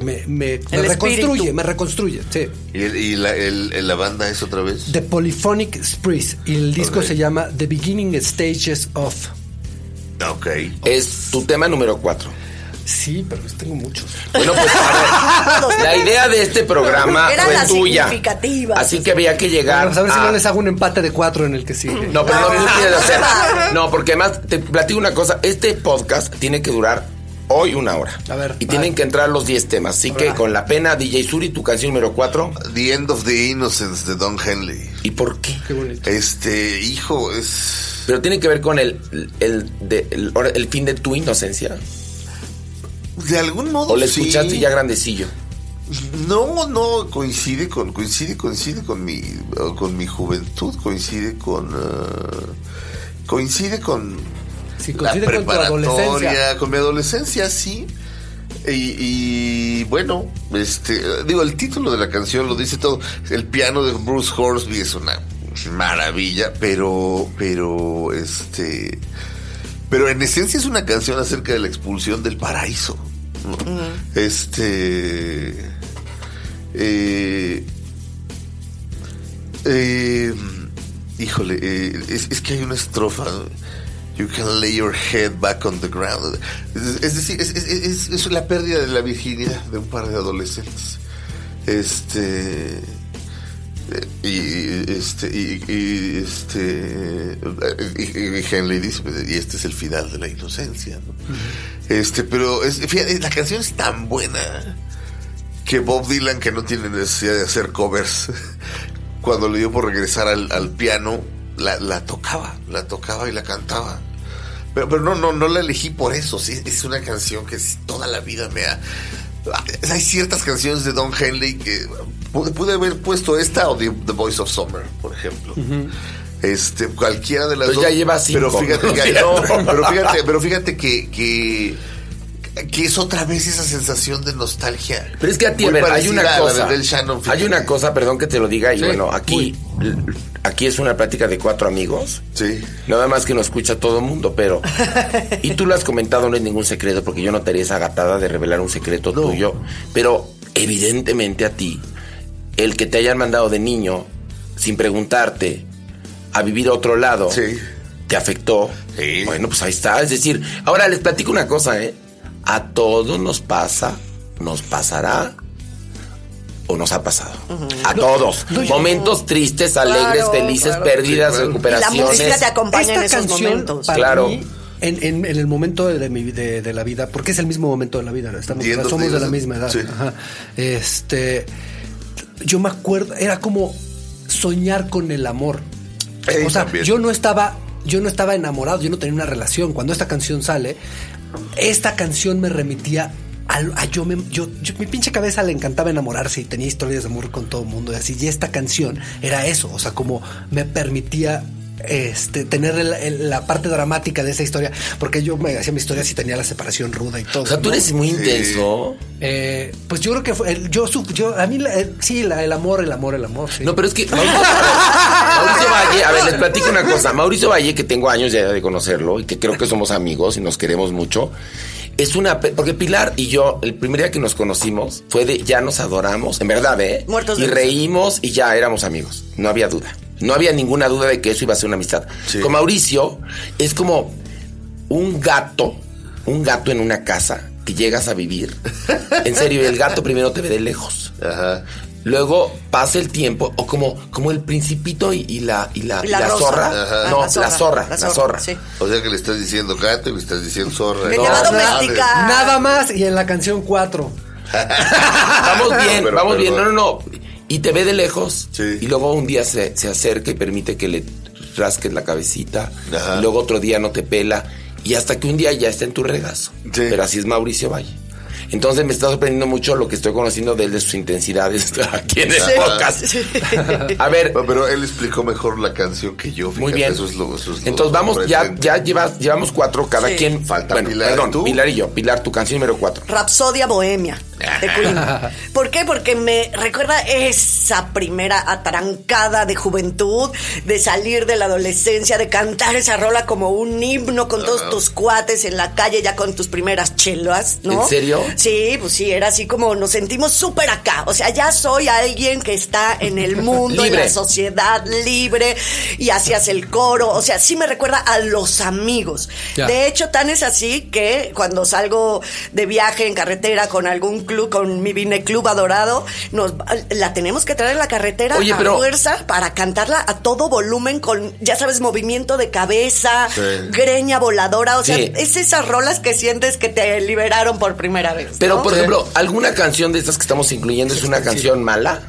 Speaker 3: me reconstruye, sí.
Speaker 1: ¿Y la banda es otra vez?
Speaker 3: The Polyphonic Express, y el disco se llama The Beginning Stages of.
Speaker 1: Ok.
Speaker 2: Es tu tema número 4.
Speaker 3: Sí, pero tengo muchos.
Speaker 2: Bueno, pues a ver, la idea de este programa
Speaker 4: era
Speaker 2: fue
Speaker 4: la
Speaker 2: tuya.
Speaker 4: Así
Speaker 2: que había que llegar.
Speaker 3: Bueno, pues a ver si no les hago un empate de 4 en el que sigue.
Speaker 2: No, pero no quieres hacer. No, porque además te platico una cosa. Este podcast tiene que durar hoy 1 hora. A ver. Y tienen que entrar los 10 temas. Así que con la pena, DJ Suri, tu canción número 4.
Speaker 1: The End of the Innocence de Don Henley.
Speaker 2: ¿Y por qué?
Speaker 3: Qué bonito.
Speaker 1: Hijo, es.
Speaker 2: Pero tiene que ver con el fin de tu inocencia.
Speaker 1: De algún modo.
Speaker 2: ¿O le escuchaste ya grandecillo?
Speaker 1: No, coincide con mi juventud, coincide con
Speaker 3: Sí,
Speaker 1: la
Speaker 3: preparatoria,
Speaker 1: con mi adolescencia, sí. Y bueno, el título de la canción lo dice todo. El piano de Bruce Hornsby es una maravilla, pero en esencia es una canción acerca de la expulsión del paraíso, ¿no? Uh-huh. Híjole, es que hay una estrofa. You can lay your head back on the ground. Es decir, es la pérdida de la virginidad de un par de adolescentes. Y Henley dice, y este es el final de la inocencia, ¿no? Uh-huh. Pero fíjate, la canción es tan buena que Bob Dylan, que no tiene necesidad de hacer covers, cuando le dio por regresar al piano, la tocaba y la cantaba. Pero no la elegí por eso. Sí, es una canción que toda la vida me ha... Hay ciertas canciones de Don Henley que pude haber puesto esta o The Voice of Summer, por ejemplo. Uh-huh. Cualquiera de las
Speaker 2: pues
Speaker 1: dos.
Speaker 2: Ya lleva 5.
Speaker 1: Pero fíjate que es otra vez esa sensación de nostalgia.
Speaker 2: Pero es que a ti, hay una cosa, perdón que te lo diga, y sí, bueno, aquí es una plática de 4 amigos.
Speaker 1: Sí.
Speaker 2: Nada más que nos escucha todo el mundo, pero... Y tú lo has comentado, no es ningún secreto, porque yo no te haría esa gatada de revelar un secreto tuyo. Pero evidentemente a ti, el que te hayan mandado de niño, sin preguntarte, a vivir a otro lado,
Speaker 1: sí,
Speaker 2: te afectó.
Speaker 1: Sí.
Speaker 2: Bueno, pues ahí está. Es decir, ahora les platico una cosa, a todos nos pasa, nos pasará o nos ha pasado. Uh-huh. A todos. Momentos tristes, alegres, felices, pérdidas, recuperaciones.
Speaker 4: Y la música te acompaña en esos momentos.
Speaker 3: Para mí, en el momento de la vida, porque es el mismo momento de la vida, somos de la misma edad. Sí. Ajá. Yo me acuerdo, era como soñar con el amor. O sea, también. Yo no estaba enamorado, yo no tenía una relación. Cuando esta canción sale, esta canción me remitía mi pinche cabeza le encantaba enamorarse y tenía historias de amor con todo el mundo y así, y esta canción era eso, o sea, como me permitía tener la parte dramática de esa historia, porque yo me hacía mi historia si tenía la separación ruda y todo.
Speaker 2: O sea, tú eres muy intenso.
Speaker 3: Pues yo creo que fue a mí el amor, sí.
Speaker 2: No, pero es que Mauricio Valle, a ver, les platico una cosa. Mauricio Valle, que tengo años ya de conocerlo y que creo que somos amigos y nos queremos mucho. Porque Pilar y yo, el primer día que nos conocimos, ya nos adoramos, en verdad,
Speaker 4: Muertos
Speaker 2: y
Speaker 4: de
Speaker 2: reímos y ya éramos amigos. No había duda. No había ninguna duda de que eso iba a ser una amistad.
Speaker 1: Sí.
Speaker 2: Con Mauricio es como un gato en una casa que llegas a vivir. En serio, el gato primero te ve de lejos.
Speaker 1: Ajá.
Speaker 2: Luego pasa el tiempo, o como el Principito y la
Speaker 4: rosa.
Speaker 2: zorra.
Speaker 1: Ajá.
Speaker 2: No,
Speaker 4: La zorra. Sí.
Speaker 1: O sea que le estás diciendo gato y le estás diciendo zorra.
Speaker 4: Me va a domesticar.
Speaker 3: Nada más, y en la canción 4.
Speaker 2: Vamos bien. No. Y te ve de lejos.
Speaker 1: Sí.
Speaker 2: Y luego un día se acerca y permite que le rasques la cabecita.
Speaker 1: Ajá.
Speaker 2: Y luego otro día no te pela. Y hasta que un día ya está en tu regazo.
Speaker 1: Sí.
Speaker 2: Pero así es Mauricio Valle. Entonces me está sorprendiendo mucho lo que estoy conociendo de él, de sus intensidades aquí en el podcast.
Speaker 4: Sí.
Speaker 2: A ver.
Speaker 1: No, pero él explicó mejor la canción que yo. Fíjate,
Speaker 2: Muy bien.
Speaker 1: Eso es lo
Speaker 2: Entonces vamos,
Speaker 1: sorprendente.
Speaker 2: llevamos 4 cada
Speaker 4: Sí.
Speaker 2: quien.
Speaker 1: Falta Pilar,
Speaker 2: Perdón,
Speaker 1: ¿tú?
Speaker 2: Pilar y yo. Pilar, tu canción número 4.
Speaker 4: Rapsodia Bohemia de Queen. ¿Por qué? Porque me recuerda esa primera atrancada de juventud, de salir de la adolescencia, de cantar esa rola como un himno con todos tus cuates en la calle, ya con tus primeras chelas, ¿no?
Speaker 2: ¿En serio?
Speaker 4: Sí, pues sí, era así como nos sentimos súper acá. O sea, ya soy alguien que está en el mundo, en
Speaker 2: Libre.
Speaker 4: la sociedad, libre, y hacías el coro. O sea, sí me recuerda a los amigos.
Speaker 3: Ya.
Speaker 4: De hecho, tan es así que cuando salgo de viaje en carretera con algún club, con mi Vine Club adorado, la tenemos que traer en la carretera
Speaker 2: Oye,
Speaker 4: a
Speaker 2: pero-
Speaker 4: fuerza para cantarla a todo volumen con, ya sabes, movimiento de cabeza,
Speaker 1: Sí.
Speaker 4: greña voladora. O sea,
Speaker 2: Sí.
Speaker 4: es esas rolas que sientes que te liberaron por primera vez,
Speaker 2: Pero,
Speaker 4: ¿no?
Speaker 2: por ejemplo, ¿alguna canción de estas que estamos incluyendo es una canción mala?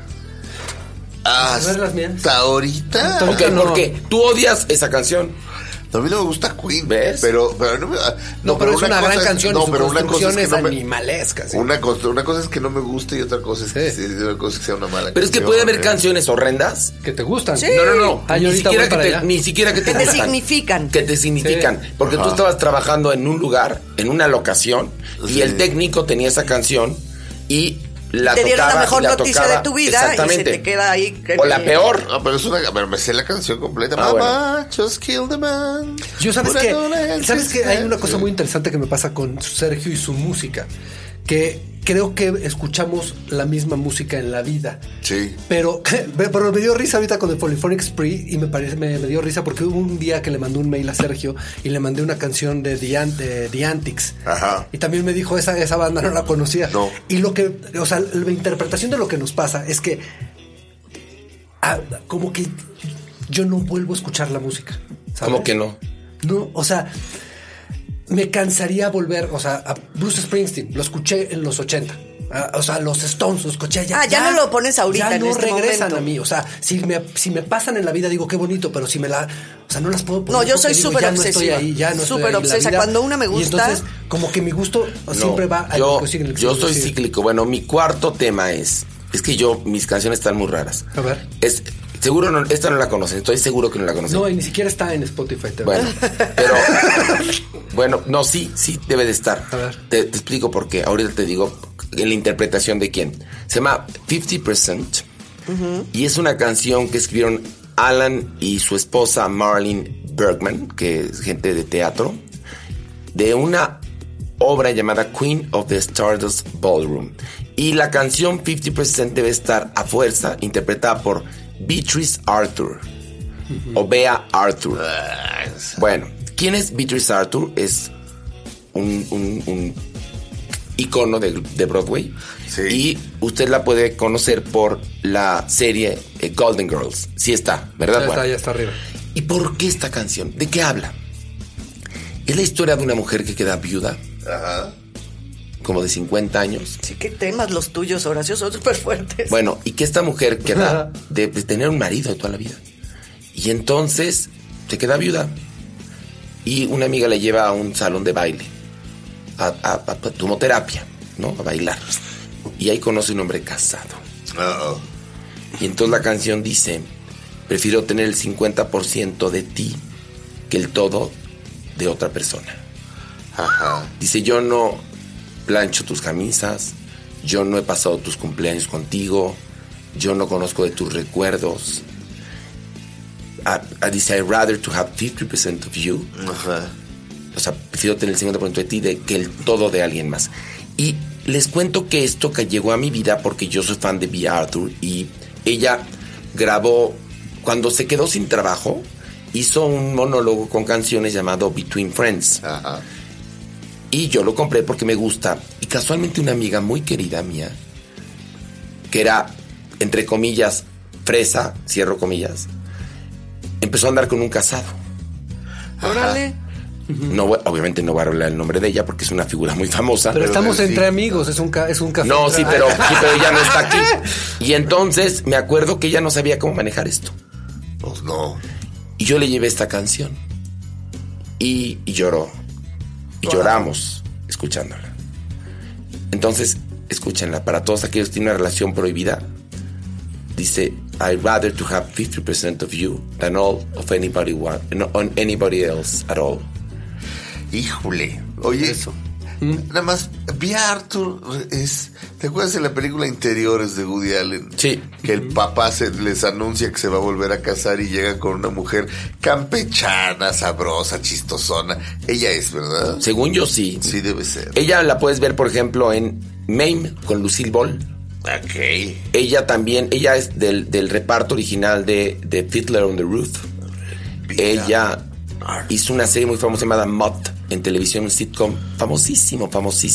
Speaker 1: Ah,
Speaker 3: A ver las mías.
Speaker 1: ¿hasta ahorita?
Speaker 3: Entonces-
Speaker 2: Ok,
Speaker 3: no.
Speaker 2: porque tú odias esa canción.
Speaker 1: A mí no me gusta Queen.
Speaker 2: ¿Ves?
Speaker 1: Pero no me...
Speaker 3: No, pero es una gran
Speaker 1: cosa
Speaker 3: canción,
Speaker 1: no,
Speaker 3: y su
Speaker 1: pero una cosa
Speaker 3: construcción
Speaker 1: es
Speaker 3: es
Speaker 1: que no me...
Speaker 3: animalesca. ¿Sí?
Speaker 1: Una cosa es que no me guste y otra cosa es que,
Speaker 3: Sí.
Speaker 1: una cosa es que sea una mala
Speaker 2: Pero es que
Speaker 1: canción,
Speaker 2: puede haber
Speaker 1: ¿eh?
Speaker 2: canciones horrendas.
Speaker 3: Que te gustan.
Speaker 4: Sí.
Speaker 2: No.
Speaker 3: Ah, yo
Speaker 2: Ni
Speaker 3: ahorita
Speaker 2: siquiera,
Speaker 3: voy para allá.
Speaker 2: ni siquiera que te
Speaker 4: Que te
Speaker 2: gustan.
Speaker 4: significan.
Speaker 2: Que te significan.
Speaker 3: Sí.
Speaker 2: Porque tú
Speaker 1: Ajá.
Speaker 2: estabas trabajando en un lugar, en una locación, y
Speaker 1: Sí.
Speaker 2: el técnico tenía esa canción y la
Speaker 4: Te dieron
Speaker 2: tocaba
Speaker 4: la mejor
Speaker 2: y la
Speaker 4: noticia
Speaker 2: tocaba.
Speaker 4: de tu vida y se
Speaker 2: Exactamente.
Speaker 4: te queda ahí.
Speaker 2: O la peor.
Speaker 1: No, pero es una... Pero me sé la canción completa.
Speaker 2: Ah,
Speaker 1: Mama, just kill the man.
Speaker 3: Yo sabes que
Speaker 1: Sí.
Speaker 3: hay una cosa muy interesante que me pasa con Sergio y su música, que creo que escuchamos la misma música en la vida.
Speaker 1: Sí.
Speaker 3: Pero me dio risa ahorita con el Polyphonic Spree y me dio risa porque hubo un día que le mandé un mail a Sergio y le mandé una canción de The Antics.
Speaker 1: Ajá.
Speaker 3: Y también me dijo, esa banda no la conocía.
Speaker 1: No.
Speaker 3: Y o sea, la interpretación de lo que nos pasa es que como que yo no vuelvo a escuchar la música. ¿sabes?
Speaker 2: ¿Cómo que no?
Speaker 3: No, o sea, me cansaría volver, o sea, a Bruce Springsteen, lo escuché en los 80. O sea, los Stones, los escuché ya.
Speaker 4: Ah, ya no lo pones ahorita
Speaker 3: Ya
Speaker 4: en
Speaker 3: no
Speaker 4: este
Speaker 3: regresan
Speaker 4: momento.
Speaker 3: a mí. O sea, si me pasan en la vida, digo, qué bonito, pero si me la... O sea, no las puedo poner.
Speaker 4: No, yo
Speaker 3: porque
Speaker 4: soy
Speaker 3: digo,
Speaker 4: súper
Speaker 3: ya no estoy
Speaker 4: obsesiva.
Speaker 3: ahí, ya no estoy
Speaker 4: Súper
Speaker 3: ahí en la
Speaker 4: obsesa.
Speaker 3: vida.
Speaker 4: Cuando una me
Speaker 3: Y
Speaker 4: gusta-
Speaker 3: entonces, como que mi gusto siempre va a
Speaker 2: yo,
Speaker 3: lo que sigue en el
Speaker 2: yo soy
Speaker 3: sigue.
Speaker 2: cíclico. Bueno, mi cuarto tema es que mis canciones están muy raras.
Speaker 3: A ver.
Speaker 2: Seguro esta no la conocen, estoy seguro que no la conocen.
Speaker 3: No, y ni siquiera está en Spotify.
Speaker 2: Bueno, pero bueno, no, sí debe de estar.
Speaker 3: A ver.
Speaker 2: Te explico por qué. Ahorita te digo en la interpretación de quién. Se llama 50% y es una canción que escribieron Alan y su esposa Marilyn Bergman, que es gente de teatro, de una obra llamada Queen of the Stardust Ballroom. Y la canción 50% debe estar a fuerza interpretada por Beatrice Arthur o Bea Arthur. Bueno, ¿quién es Beatrice Arthur? Es un icono de Broadway.
Speaker 1: Sí.
Speaker 2: Y usted la puede conocer por la serie Golden Girls. Sí está, ¿verdad?
Speaker 3: Ya está arriba.
Speaker 2: ¿Y por qué esta canción? ¿De qué habla? Es la historia de una mujer que queda viuda,
Speaker 1: Ajá.
Speaker 2: como de 50 años.
Speaker 4: Sí, qué temas los tuyos, Horacio, son súper fuertes.
Speaker 2: Bueno, y que esta mujer queda de tener un marido de toda la vida. Y entonces se queda viuda. Y una amiga le lleva a un salón de baile, a tumoterapia, ¿no? A bailar. Y ahí conoce un hombre casado.
Speaker 1: Uh-oh.
Speaker 2: Y entonces la canción dice prefiero tener el 50% de ti que el todo de otra persona.
Speaker 1: Ajá.
Speaker 2: Dice, yo no plancho tus camisas, yo no he pasado tus cumpleaños contigo, yo no conozco de tus recuerdos. Dice, I'd rather to have 50% of you.
Speaker 1: Ajá.
Speaker 2: O sea, prefiero tener el 50% de ti que el todo de alguien más. Y les cuento que esto que llegó a mi vida porque yo soy fan de Bea Arthur y ella grabó, cuando se quedó sin trabajo, hizo un monólogo con canciones llamado Between Friends.
Speaker 1: Ajá.
Speaker 2: Y yo lo compré porque me gusta. Y casualmente una amiga muy querida mía, que era, entre comillas, fresa, cierro comillas, empezó a andar con un casado.
Speaker 4: Órale.
Speaker 2: No, obviamente no voy a hablar el nombre de ella porque es una figura muy famosa.
Speaker 3: Pero estamos
Speaker 1: sí.
Speaker 3: entre amigos, es un café.
Speaker 2: No, sí, pero ella no está aquí. Y entonces me acuerdo que ella no sabía cómo manejar esto.
Speaker 1: Pues no.
Speaker 2: Y yo le llevé esta canción. Y lloró. Y lloramos escuchándola. Entonces, escúchenla. Para todos aquellos que tienen una relación prohibida, dice, I'd rather to have 50% of you than all of anybody else at all.
Speaker 1: Híjole. Oye, eso. Nada más, Bea Arthur ¿te acuerdas de la película Interiores de Woody Allen?
Speaker 2: Sí.
Speaker 1: Que el papá les anuncia que se va a volver a casar y llega con una mujer campechana, sabrosa, chistosona. Ella es, ¿verdad?
Speaker 2: Según yo, sí.
Speaker 1: Sí, debe ser.
Speaker 2: Ella la puedes ver, por ejemplo, en Mame con Lucille Ball.
Speaker 1: Ok.
Speaker 2: Ella también, ella es del reparto original de Fiddler on the Roof. Ella hizo una serie muy famosa llamada Mutt en televisión, un sitcom famosísimo.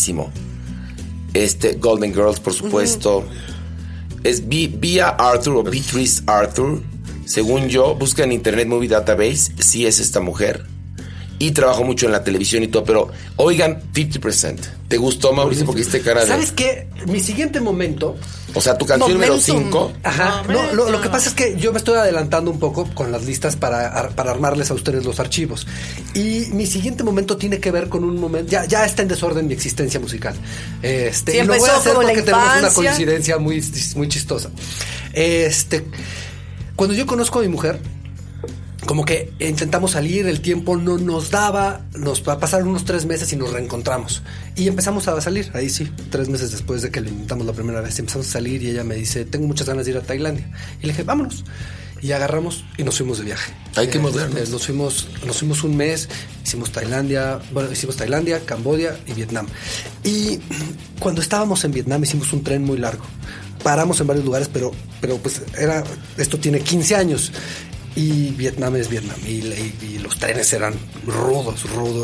Speaker 2: Golden Girls, por supuesto. Es Bea Arthur o Beatrice Arthur. Según yo, busca en Internet Movie Database, sí es esta mujer. Y trabajó mucho en la televisión y todo, pero oigan, 50%. ¿Te gustó, Mauricio? Porque hiciste cara de...
Speaker 3: ¿Sabes qué? Mi siguiente momento...
Speaker 2: O sea, tu canción número 5...
Speaker 3: Ajá. No, lo que pasa es que yo me estoy adelantando un poco con las listas para armarles a ustedes los archivos. Y mi siguiente momento tiene que ver con un momento... Ya está en desorden mi existencia musical. Y lo voy a hacer porque tenemos una coincidencia muy, muy chistosa. Cuando yo conozco a mi mujer... Como que intentamos salir, el tiempo no nos daba, nos pasaron unos 3 meses y nos reencontramos. Y empezamos a salir, ahí sí, 3 meses después de que lo intentamos la primera vez. Empezamos a salir y ella me dice, tengo muchas ganas de ir a Tailandia. Y le dije, vámonos. Y agarramos y nos fuimos de viaje.
Speaker 2: Ay, qué moderno.
Speaker 3: Nos fuimos un mes, hicimos Tailandia, Camboya y Vietnam. Y cuando estábamos en Vietnam hicimos un tren muy largo. Paramos en varios lugares, pero pues esto tiene 15 años. Y Vietnam es Vietnam y los trenes eran rudos.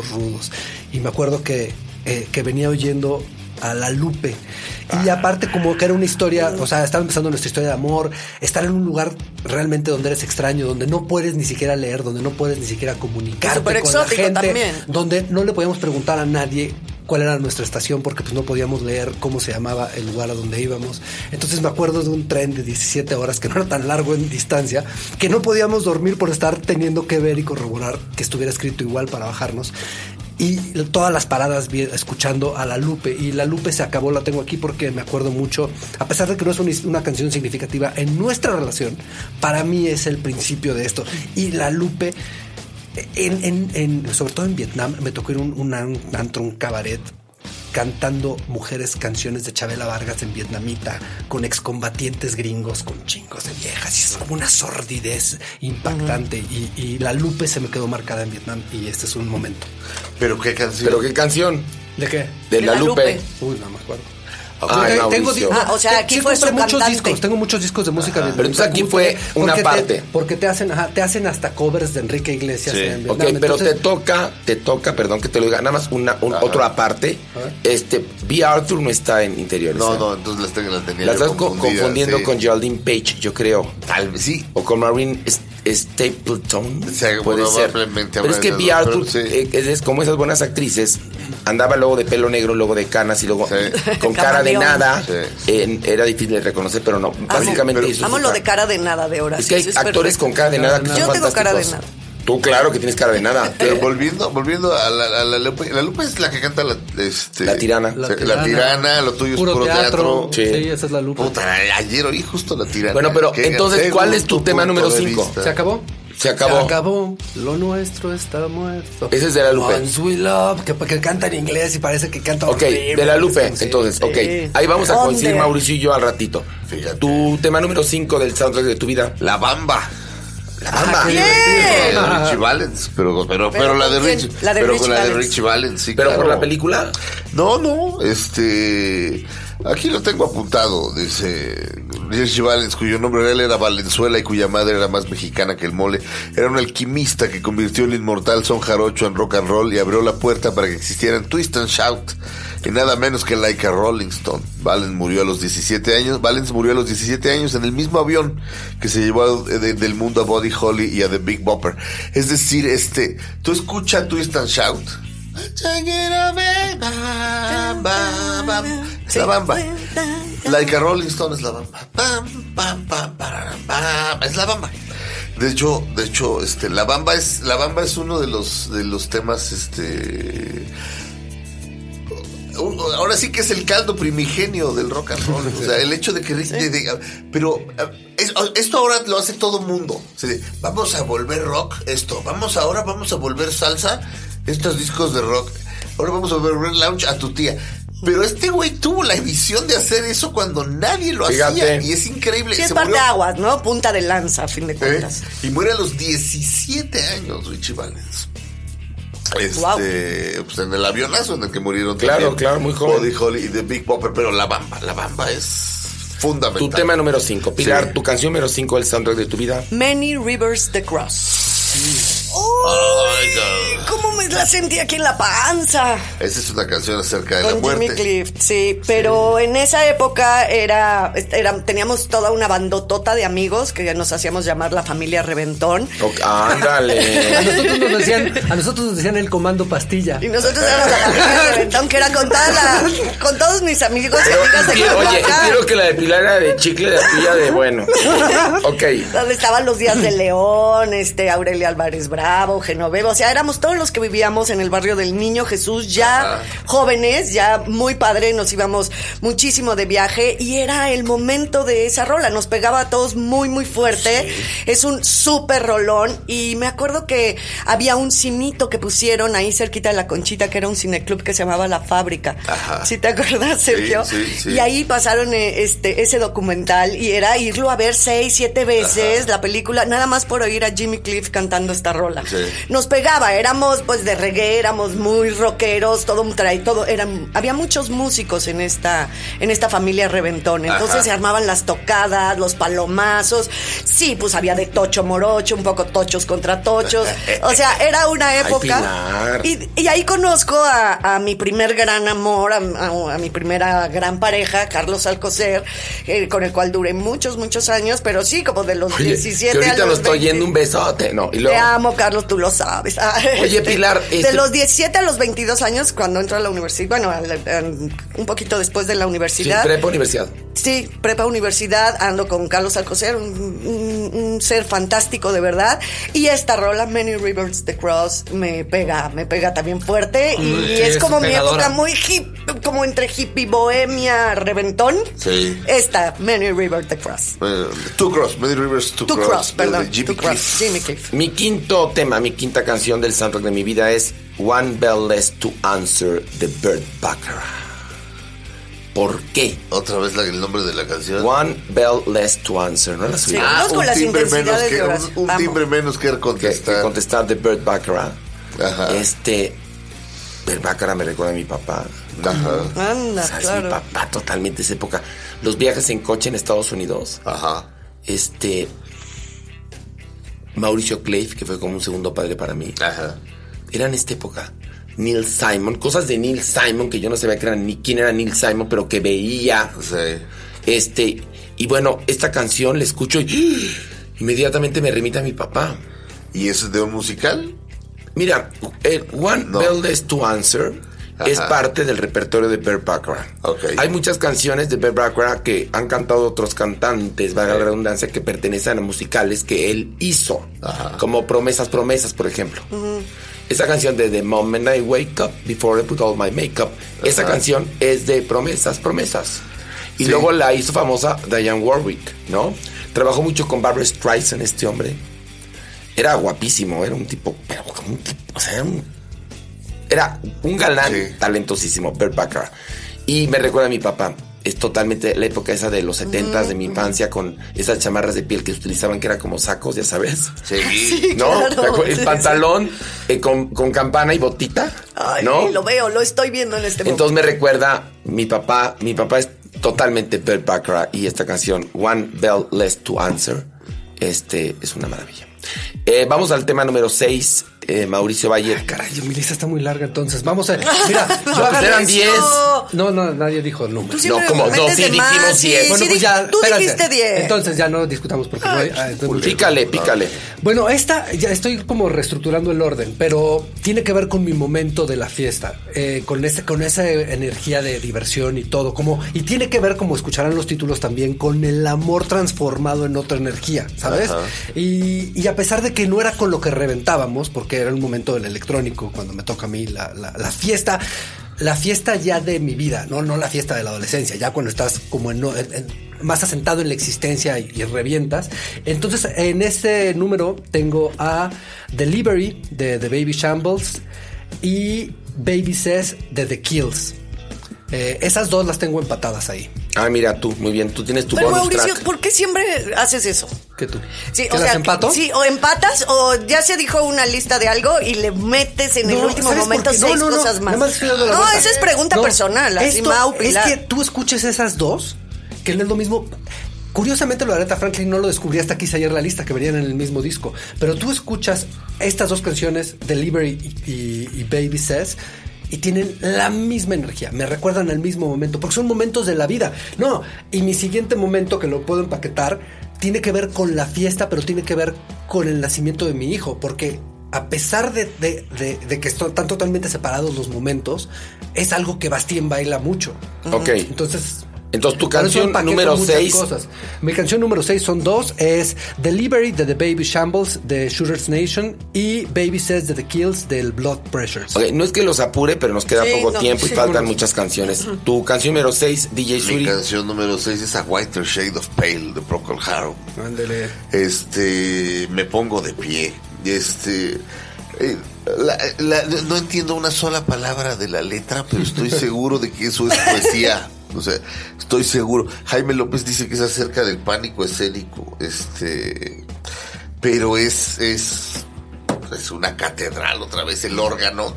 Speaker 3: Y me acuerdo que venía oyendo a La Lupe. Y aparte como que era una historia, o sea, estaba empezando nuestra historia de amor, estar en un lugar realmente donde eres extraño, donde no puedes ni siquiera leer, donde no puedes ni siquiera comunicarte
Speaker 4: Súper
Speaker 3: con la gente,
Speaker 4: también.
Speaker 3: donde no le podíamos preguntar a nadie cuál era nuestra estación porque pues no podíamos leer cómo se llamaba el lugar a donde íbamos. Entonces me acuerdo de un tren de 17 horas que no era tan largo en distancia, que no podíamos dormir por estar teniendo que ver y corroborar que estuviera escrito igual para bajarnos. Y todas las paradas escuchando a La Lupe. Y La Lupe se acabó, la tengo aquí porque me acuerdo mucho. A pesar de que no es una canción significativa en nuestra relación, para mí es el principio de esto. Y La Lupe, sobre todo en Vietnam, me tocó ir a un antro, un cabaret, cantando mujeres canciones de Chabela Vargas en vietnamita, con excombatientes gringos, con chingos de viejas, y es como una sordidez impactante. Y La Lupe se me quedó marcada en Vietnam, y este es un momento.
Speaker 1: ¿Pero qué canción?
Speaker 3: ¿De qué?
Speaker 2: De La Lupe.
Speaker 3: Uy, no me acuerdo.
Speaker 2: Ay, Mauricio.
Speaker 4: O sea, aquí fue su
Speaker 3: muchos
Speaker 4: cantante.
Speaker 3: discos, tengo muchos discos de música vietnamita.
Speaker 2: Pero entonces aquí fue una parte.
Speaker 3: Porque te hacen hasta covers de Enrique Iglesias en Vietnam.
Speaker 2: Ok, pero
Speaker 3: entonces,
Speaker 2: te toca, perdón que te lo diga, nada más otro aparte. Bea Arthur no está en Interiores.
Speaker 1: No, entonces la tenía
Speaker 2: la
Speaker 1: yo
Speaker 2: estás confundiendo
Speaker 1: sí.
Speaker 2: con Geraldine Page, yo creo.
Speaker 1: Tal vez sí.
Speaker 2: O con Maureen Stapleton.
Speaker 1: Sí,
Speaker 2: puede ser. Pero es que Bea Arthur es como esas buenas actrices. Andaba luego de pelo negro, luego de canas y luego con cara de nada.
Speaker 1: Sí.
Speaker 2: Era difícil de reconocer, pero no. Básicamente eso.
Speaker 4: Amo lo de cara de nada de Horacio.
Speaker 2: Es que hay actores con cara de nada que son
Speaker 4: Yo tengo
Speaker 2: fantásticos.
Speaker 4: cara de nada.
Speaker 2: Tú, claro, que tienes cara de nada.
Speaker 1: Pero volviendo a la Lupe. La Lupe es la que canta la
Speaker 2: tirana.
Speaker 1: La tirana, lo tuyo es puro teatro.
Speaker 3: Sí, esa es la Lupe.
Speaker 1: Puta, ayer oí justo la tirana.
Speaker 2: Bueno, pero entonces, ¿cuál es tu tema número 5?
Speaker 3: ¿Se acabó?
Speaker 2: Se acabó.
Speaker 3: Se acabó. Lo nuestro está muerto.
Speaker 2: Ese es de la Lupe.
Speaker 3: Once we love, que canta en inglés y parece que canta
Speaker 2: Ok,
Speaker 3: horrible.
Speaker 2: de la Lupe.
Speaker 3: Sí.
Speaker 2: Entonces,
Speaker 4: Sí.
Speaker 2: ok. Ahí vamos a coincidir
Speaker 4: ¿Dónde?
Speaker 2: Mauricio y yo al ratito.
Speaker 1: Fíjate.
Speaker 2: Tu tema número 5 del soundtrack de tu vida.
Speaker 1: La Bamba.
Speaker 2: La Bamba.
Speaker 4: bien.
Speaker 1: De Richie Valens, pero la de
Speaker 4: ¿con quién?
Speaker 1: Richie.
Speaker 4: La de
Speaker 1: pero
Speaker 4: Richie
Speaker 1: con la de
Speaker 4: Valens.
Speaker 1: Richie Valens, sí,
Speaker 2: Pero
Speaker 1: claro.
Speaker 2: por la película.
Speaker 1: No, aquí lo tengo apuntado, dice Richie Valens, cuyo nombre real era Valenzuela y cuya madre era más mexicana que el mole. Era un alquimista que convirtió el inmortal son jarocho en rock and roll y abrió la puerta para que existieran Twist and Shout y nada menos que Like a Rolling Stone. Valens murió a los 17 años en el mismo avión que se llevó del mundo a Buddy Holly y a The Big Bopper. Es decir, tú escucha Twist and Shout. Es la Bamba. Like a Rolling Stone es la Bamba. Es la Bamba. De hecho, la Bamba es uno de los temas, ahora sí que es el caldo primigenio del rock and roll. O sea, el hecho de que pero esto ahora lo hace todo mundo. O sea, vamos a volver rock esto. Vamos a volver salsa estos discos de rock. Ahora vamos a volver lounge a tu tía. Pero este güey tuvo la visión de hacer eso cuando nadie lo hacía. Y es increíble.
Speaker 4: Sí, es parte de aguas, ¿no? Punta de lanza, a fin de cuentas.
Speaker 1: Y muere a los 17 años, Richie Valens.
Speaker 4: Wow.
Speaker 1: Pues en el avionazo en el que murieron
Speaker 2: Claro,
Speaker 1: también
Speaker 2: claro, muy joven.
Speaker 1: Buddy Holly y The Big Bopper, pero la Bamba es fundamental.
Speaker 2: Tu tema número 5. Pilar,
Speaker 1: Sí.
Speaker 2: tu canción número 5 del soundtrack de tu vida.
Speaker 4: Many Rivers the Cross.
Speaker 1: Ay, God.
Speaker 4: ¿Cómo me la sentí aquí en la panza?
Speaker 1: Esa es una canción acerca de la
Speaker 4: Con
Speaker 1: muerte.
Speaker 4: Jimmy Cliff, sí, pero en esa época teníamos toda una bandotota de amigos que nos hacíamos llamar la familia Reventón.
Speaker 2: Ándale.
Speaker 3: A nosotros nos decían el comando pastilla.
Speaker 4: Y nosotros éramos la familia Reventón, que era con todos mis amigos y amigas de
Speaker 2: Oye,
Speaker 4: Cuernavaca.
Speaker 2: quiero que la de Pilar era de chicle, la tuya de bueno. Ok.
Speaker 4: Donde estaban los Días de León, Aurelia Álvarez Bravo, Genoveva, o sea, éramos todos los que vivíamos en el barrio del Niño Jesús, ya jóvenes, ya muy padre, nos íbamos muchísimo de viaje y era el momento de esa rola, nos pegaba a todos muy, muy fuerte, es un súper rolón y me acuerdo que había un cinito que pusieron ahí cerquita de la Conchita, que era un cineclub que se llamaba La Fábrica.
Speaker 1: Ajá.
Speaker 4: ¿Sí te acuerdas, Sergio?
Speaker 1: Sí.
Speaker 4: Y ahí pasaron ese documental y era irlo a ver 6, 7 veces la película, nada más por oír a Jimmy Cliff cantando esta rola.
Speaker 1: Sí.
Speaker 4: Nos pegaba, éramos pues de reggae, éramos muy rockeros, había muchos músicos en esta familia Reventón, entonces se armaban las tocadas, los palomazos, sí, pues había de tocho morocho, un poco tochos contra tochos, o sea, era una época. Y ahí conozco a mi primer gran amor, a mi primera gran pareja, Carlos Alcocer, con el cual duré muchos, muchos años, pero sí, como de los 17
Speaker 2: que ahorita
Speaker 4: a los
Speaker 2: nos estoy
Speaker 4: 20.
Speaker 2: yendo un besote, ¿no? Y
Speaker 4: Te
Speaker 2: luego,
Speaker 4: amo, Carlos, tú lo sabes.
Speaker 2: Oye, Pilar,
Speaker 4: de los 17 a los 22 años, cuando entro a la universidad, bueno, un poquito después de la
Speaker 2: sí,
Speaker 4: universidad.
Speaker 2: prepa universidad.
Speaker 4: Sí, prepa universidad, ando con Carlos Alcocer, un ser fantástico de verdad. Y esta rola, Many Rivers the Cross, me pega también fuerte. Y
Speaker 3: sí,
Speaker 4: es como
Speaker 3: es
Speaker 4: mi
Speaker 3: pegadora.
Speaker 4: época muy hip, como entre hippie, bohemia, reventón.
Speaker 1: Sí.
Speaker 4: Esta, Many Rivers the Cross.
Speaker 1: Two Cross, Many Rivers, Two
Speaker 4: Two
Speaker 1: Cross.
Speaker 4: Cross, perdón.
Speaker 1: de Jimmy
Speaker 4: Two Cross,
Speaker 1: Cliff.
Speaker 4: Jimmy Cliff.
Speaker 2: Mi quinto tema, mi quinta canción del soundtrack de mi vida es One Bell Less to Answer de Burt Bacharach. ¿Por qué?
Speaker 1: Otra vez el nombre de la canción.
Speaker 2: One Bell Less to Answer, ¿no la subí?
Speaker 4: Seguimos con las intensidades de Horacio.
Speaker 1: un
Speaker 4: Vamos.
Speaker 1: timbre menos que
Speaker 2: Que
Speaker 1: contestar.
Speaker 2: contestar de Burt Bacharach.
Speaker 1: Ajá.
Speaker 2: Burt Bacharach me recuerda a mi papá.
Speaker 1: Ajá.
Speaker 4: Anda,
Speaker 2: O sea,
Speaker 4: claro.
Speaker 2: es mi papá totalmente de esa época. Los viajes en coche en Estados Unidos.
Speaker 1: Ajá.
Speaker 2: Mauricio Cliff, que fue como un segundo padre para mí.
Speaker 1: Ajá.
Speaker 2: Era en esta época. Neil Simon, cosas de Neil Simon que yo no sabía que eran ni quién era Neil Simon, pero que veía.
Speaker 1: Sí.
Speaker 2: Y bueno, esta canción la escucho y inmediatamente me remite a mi papá.
Speaker 1: ¿Y eso es de un musical?
Speaker 2: Mira, One
Speaker 1: No.
Speaker 2: Bell Less to Answer es parte del repertorio de Burt Bacharach.
Speaker 1: Okay.
Speaker 2: Hay muchas canciones de Burt Bacharach que han cantado otros cantantes, valga la redundancia, que pertenecen a musicales que él hizo.
Speaker 1: Ajá.
Speaker 2: Como Promesas, Promesas, por ejemplo. Esa canción de The Moment I Wake Up, Before I Put All My Makeup, esa canción es de Promesas, Promesas. Y luego la hizo famosa Dionne Warwick, ¿no? Trabajó mucho con Barbra Streisand, este hombre. Era guapísimo, era un tipo, o sea, era un galán talentosísimo, Burt Bacharach. Y me recuerda a mi papá. Es totalmente la época esa de los 70s de mi infancia, con esas chamarras de piel que se utilizaban, que era como sacos, ya sabes.
Speaker 4: Sí,
Speaker 2: ¿No?
Speaker 4: claro.
Speaker 2: El pantalón con campana y botita.
Speaker 4: Ay,
Speaker 2: ¿no?
Speaker 4: lo veo, lo estoy viendo en este momento.
Speaker 2: Entonces me recuerda mi papá es totalmente Burt Bacharach, y esta canción, One Bell Less to Answer, es una maravilla. Vamos al tema número 6, Mauricio Valle.
Speaker 3: Ay, caray, mi lista está muy larga, entonces vamos a... Mira, yo
Speaker 2: eran 10.
Speaker 3: No, nadie dijo el número.
Speaker 2: No, como no, sí dijimos 10.
Speaker 3: Bueno, pues ya,
Speaker 4: tú
Speaker 3: espérate.
Speaker 4: dijiste 10.
Speaker 3: Entonces ya no discutamos porque no hay...
Speaker 2: Pícale.
Speaker 3: Bueno, ya estoy como reestructurando el orden, pero tiene que ver con mi momento de la fiesta, con esa energía de diversión y todo, y tiene que ver, como escucharán los títulos también, con el amor transformado en otra energía, ¿sabes? Y a pesar de que no era con lo que reventábamos, porque era un momento del electrónico, cuando me toca a mí la fiesta ya de mi vida, no la fiesta de la adolescencia, ya cuando estás como más asentado en la existencia y revientas. Entonces, en este número tengo a Delivery de The Baby Shambles y Baby Says de The Kills. Esas dos las tengo empatadas ahí.
Speaker 2: Ah, mira tú, muy bien, tú tienes tu
Speaker 4: Pero
Speaker 2: bonus
Speaker 4: Mauricio,
Speaker 2: track.
Speaker 4: ¿por qué siempre haces eso?
Speaker 3: ¿Qué tú?
Speaker 4: Sí,
Speaker 3: ¿Que las empato?
Speaker 4: Sí, o empatas o ya se dijo una lista de algo y le metes en el último
Speaker 3: ¿sabes
Speaker 4: momento
Speaker 3: por qué?
Speaker 4: 6 cosas más.
Speaker 3: No,
Speaker 4: Esa es pregunta personal, así Mau, Pilar.
Speaker 3: Es que tú escuches esas dos, que no es lo mismo. Curiosamente, lo de Aretha Franklin no lo descubrí hasta que hice ayer la lista, que venían en el mismo disco. Pero tú escuchas estas dos canciones, Delivery y Baby Says, y tienen la misma energía, me recuerdan al mismo momento, porque son momentos de la vida. No, y mi siguiente momento, que lo puedo empaquetar, tiene que ver con la fiesta, pero tiene que ver con el nacimiento de mi hijo, porque a pesar de que están totalmente separados los momentos, es algo que Bastien baila mucho.
Speaker 2: Ok.
Speaker 3: Entonces
Speaker 2: tu canción número 6.
Speaker 3: Mi canción número 6 son dos. Es Delivery de The Baby Shambles de Shooter's Nation y Baby Says de The Kills del Blood Pressures.
Speaker 2: Okay, no es que los apure, pero nos queda poco tiempo y faltan muchas canciones. Tu canción número 6, DJ Suri.
Speaker 1: Mi canción número 6 es A Whiter Shade of Pale de Procol Harum.
Speaker 3: Ándele.
Speaker 1: Me pongo de pie. No entiendo una sola palabra de la letra, pero estoy seguro de que eso es poesía. O sea, estoy seguro. Jaime López dice que es acerca del pánico escénico. Pero es una catedral otra vez, el órgano.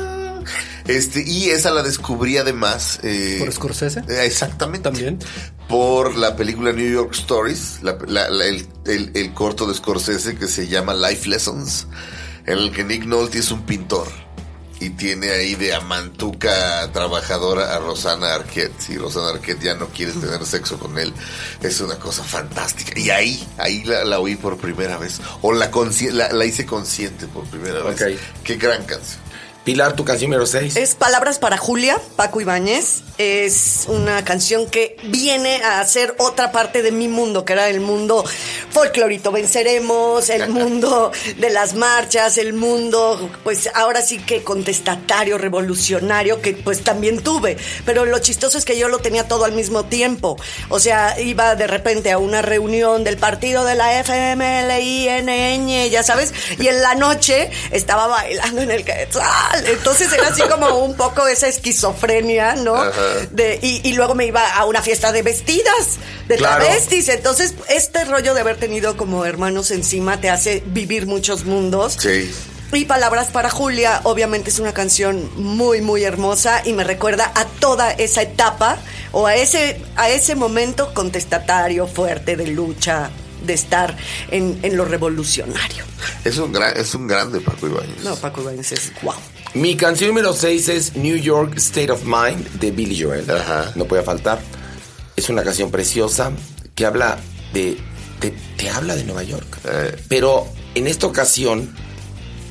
Speaker 1: Y esa la descubrí además.
Speaker 3: ¿Por Scorsese?
Speaker 1: Exactamente.
Speaker 3: También.
Speaker 1: Por la película New York Stories, el corto de Scorsese que se llama Life Lessons, en el que Nick Nolte es un pintor. Y tiene ahí de amantuca trabajadora a Rosanna Arquette. Y Rosanna Arquette ya no quiere tener sexo con él. Es una cosa fantástica. Y ahí la oí por primera vez. O la hice consciente por primera vez. Qué gran canción.
Speaker 2: Pilar, tu canción número 6.
Speaker 4: Es Palabras para Julia, Paco Ibáñez. Es una canción que viene a ser otra parte de mi mundo, que era el mundo folclorito. Venceremos, el mundo de las marchas, el mundo, pues ahora sí que contestatario, revolucionario, que pues también tuve. Pero lo chistoso es que yo lo tenía todo al mismo tiempo. O sea, iba de repente a una reunión del partido de la FMLINN, ya sabes, y en la noche estaba bailando en el Quetzal. Entonces era así como un poco esa esquizofrenia, ¿no? Y luego me iba a una fiesta de vestidas, de travestis. Entonces, este rollo de haber tenido como hermanos encima te hace vivir muchos mundos.
Speaker 1: Sí.
Speaker 4: Y Palabras para Julia, obviamente es una canción muy, muy hermosa y me recuerda a toda esa etapa o a ese momento contestatario, fuerte, de lucha, de estar en lo revolucionario.
Speaker 1: Es un grande Paco Ibáñez.
Speaker 4: No, Paco Ibáñez es guau.
Speaker 2: Mi canción número 6 es New York State of Mind de Billy Joel. No puede faltar. Es una canción preciosa que habla te habla de Nueva York. Pero en esta ocasión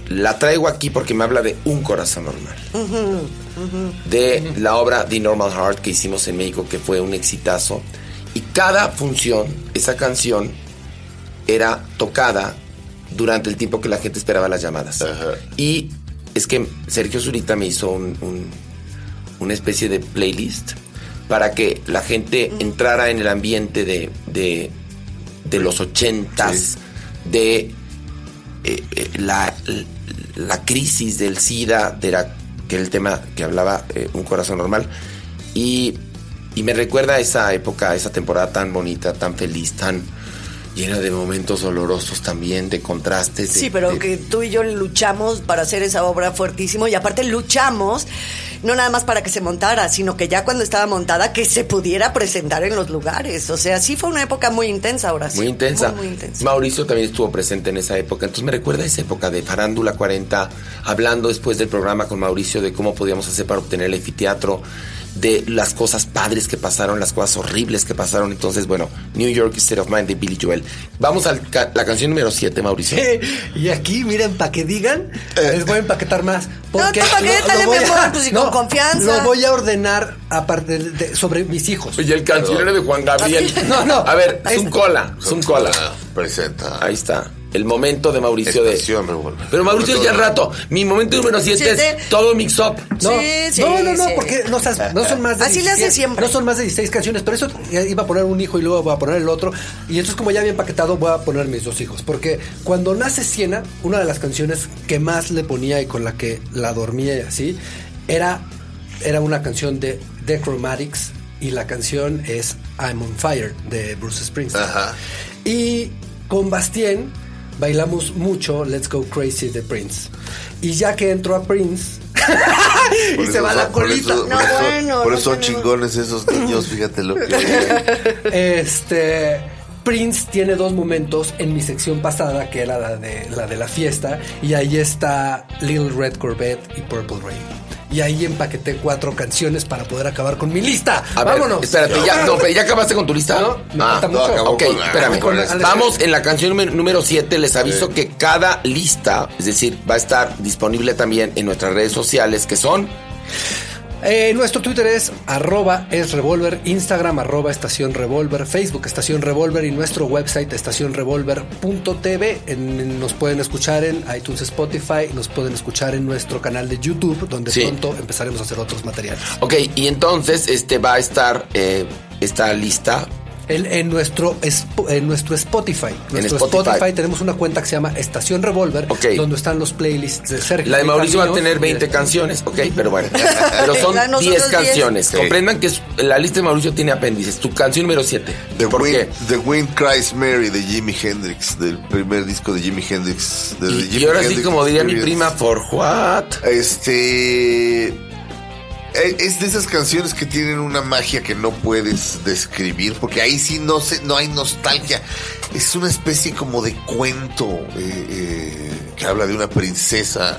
Speaker 2: la traigo aquí porque me habla de Un Corazón Normal. De la obra The Normal Heart que hicimos en México, que fue un exitazo. Y cada función, esa canción era tocada durante el tiempo que la gente esperaba las llamadas. Ajá. Y es que Sergio Zurita me hizo una especie de playlist para que la gente entrara en el ambiente de los 80s, sí. De la crisis del SIDA, que era el tema que hablaba Un Corazón Normal. Y me recuerda a esa época, a esa temporada tan bonita, tan feliz, tan llena de momentos dolorosos también, de contrastes.
Speaker 4: Sí, pero que tú y yo luchamos para hacer esa obra fuertísimo, y aparte luchamos no nada más para que se montara, sino que ya cuando estaba montada, que se pudiera presentar en los lugares. O sea, sí fue una época muy intensa, ahora sí.
Speaker 2: Muy intensa.
Speaker 4: Muy intensa.
Speaker 2: Mauricio también estuvo presente en esa época, entonces me recuerda a esa época de Farándula 40, hablando después del programa con Mauricio de cómo podíamos hacer para obtener el anfiteatro, de las cosas padres que pasaron, las cosas horribles que pasaron. Entonces, bueno, New York State of Mind de Billy Joel. Vamos a la canción número 7, Mauricio.
Speaker 3: Y aquí, miren, para que digan, les voy a empaquetar más. Porque
Speaker 4: no, empaquétale mejor, pues, y con confianza.
Speaker 3: Lo voy a ordenar aparte sobre mis hijos.
Speaker 2: Y el cancionero de Juan Gabriel.
Speaker 3: No.
Speaker 2: A ver, Zum Cola.
Speaker 1: Presenta.
Speaker 2: Ahí está. El momento de Mauricio
Speaker 1: Estación Revolver.
Speaker 2: Pero Mauricio ya al rato. Mi momento número 7 es todo mix up.
Speaker 3: No, porque no son más de
Speaker 4: así
Speaker 3: 16,
Speaker 4: le hace siempre.
Speaker 3: No son más de 16 canciones, pero eso iba a poner un hijo y luego voy a poner el otro. Y entonces, como ya bien empaquetado, voy a poner mis 2 hijos. Porque cuando nace Siena, una de las canciones que más le ponía y con la que la dormía y así, era una canción de The Chromatics, y la canción es I'm on Fire de Bruce Springsteen. Ajá. Y con Bastien bailamos mucho Let's Go Crazy de Prince. Y ya que entró a Prince y se va la colita.
Speaker 1: Por eso son chingones esos niños, fíjate lo que
Speaker 3: Prince tiene 2 momentos en mi sección pasada, que era la de la fiesta, y ahí está Little Red Corvette y Purple Rain. Y ahí empaqueté 4 canciones para poder acabar con mi lista. ¡Vámonos!
Speaker 2: Espérate, ¿ya acabaste con tu lista?
Speaker 3: No, me falta mucho.
Speaker 2: Ok, espérame. Vamos en la canción número 7. Les aviso que cada lista, es decir, va a estar disponible también en nuestras redes sociales, que son...
Speaker 3: Nuestro Twitter es @esrevolver, Instagram @estación revolver, Facebook Estación Revolver y nuestro website estacionrevolver.tv. Nos pueden escuchar en iTunes, Spotify, nos pueden escuchar en nuestro canal de YouTube, donde pronto empezaremos a hacer otros materiales.
Speaker 2: Ok, y entonces va a estar esta lista
Speaker 3: en nuestro Spotify. En Spotify tenemos una cuenta que se llama Estación Revolver, donde están los playlists de Sergio.
Speaker 2: La de Mauricio va a tener 20 canciones, pero bueno. Pero son 10 canciones. Sí. Comprendan que la lista de Mauricio tiene apéndices. Tu canción número 7.
Speaker 1: The Wind Cries Mary de Jimi Hendrix, del primer disco de Jimi Hendrix.
Speaker 2: Y ahora sí, como diría mi prima, ¿for what?
Speaker 1: Es de esas canciones que tienen una magia que no puedes describir, porque ahí sí no hay nostalgia. Es una especie como de cuento que habla de una princesa,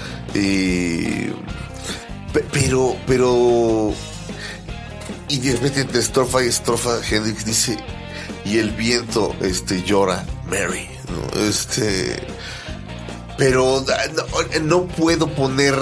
Speaker 1: pero y de repente entre estrofa y estrofa Hendrix dice, y el viento llora Mary, ¿no? Pero no puedo poner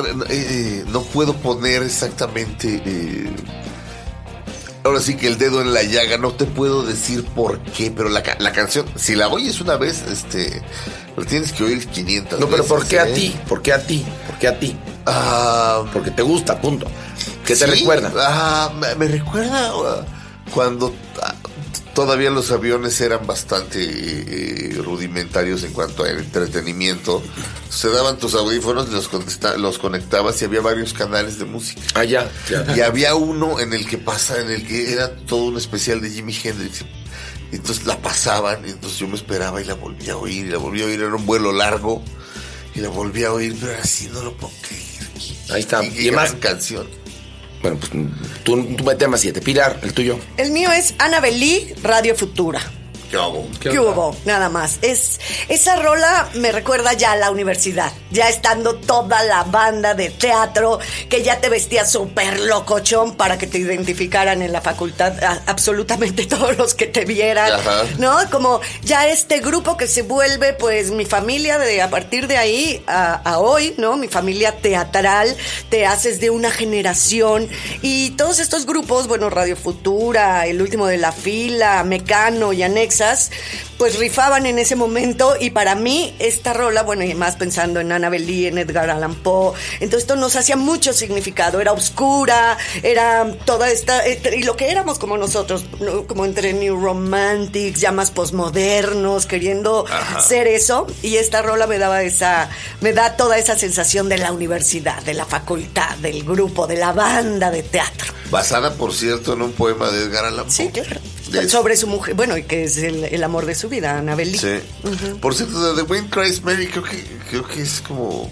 Speaker 1: exactamente ahora sí que el dedo en la llaga. No te puedo decir por qué, pero la canción, si la oyes una vez, lo tienes que oír 500
Speaker 2: no, pero
Speaker 1: veces.
Speaker 2: ¿por qué a ti? ¿Por qué a ti? Porque te gusta, punto. ¿Qué te recuerda?
Speaker 1: Me recuerda cuando todavía los aviones eran bastante rudimentarios en cuanto a entretenimiento. Se daban tus audífonos, los conectabas y había varios canales de música.
Speaker 2: Ya.
Speaker 1: Y había uno en el que era todo un especial de Jimi Hendrix. Entonces la pasaban, y entonces yo me esperaba y la volvía a oír, Era un vuelo largo y la volvía a oír, pero así no lo puedo creer.
Speaker 2: Ahí está.
Speaker 1: Y más canción.
Speaker 2: Bueno, pues tú mete más 7. Pilar, el tuyo.
Speaker 4: El mío es Annabelle Lee, Radio Futura.
Speaker 1: ¿Qué hago?
Speaker 4: ¿Qué hubo? Nada más. Esa rola me recuerda ya a la universidad. Ya estando toda la banda de teatro, que ya te vestía súper locochón para que te identificaran en la facultad absolutamente todos los que te vieran.
Speaker 1: Ajá.
Speaker 4: ¿No? Como ya este grupo que se vuelve, pues, mi familia a partir de ahí a hoy, ¿no? Mi familia teatral, te haces de una generación. Y todos estos grupos, bueno, Radio Futura, El Último de la Fila, Mecano y Anexas, pues rifaban en ese momento. Y para mí esta rola, bueno, y más pensando en Annabel Lee, en Edgar Allan Poe, entonces esto nos hacía mucho significado. Era oscura, era toda esta, y lo que éramos como nosotros, ¿no? Como entre New Romantics, ya más posmodernos, queriendo ser eso. Y esta rola me da toda esa sensación de la universidad, de la facultad, del grupo, de la banda de teatro.
Speaker 1: Basada, por cierto, en un poema de Edgar Allan Poe.
Speaker 4: Sí, claro. Sobre su mujer, bueno, y que es el amor de su vida, Annabel Lee.
Speaker 1: Sí. Por cierto, The Wind Cries Mary creo que es como...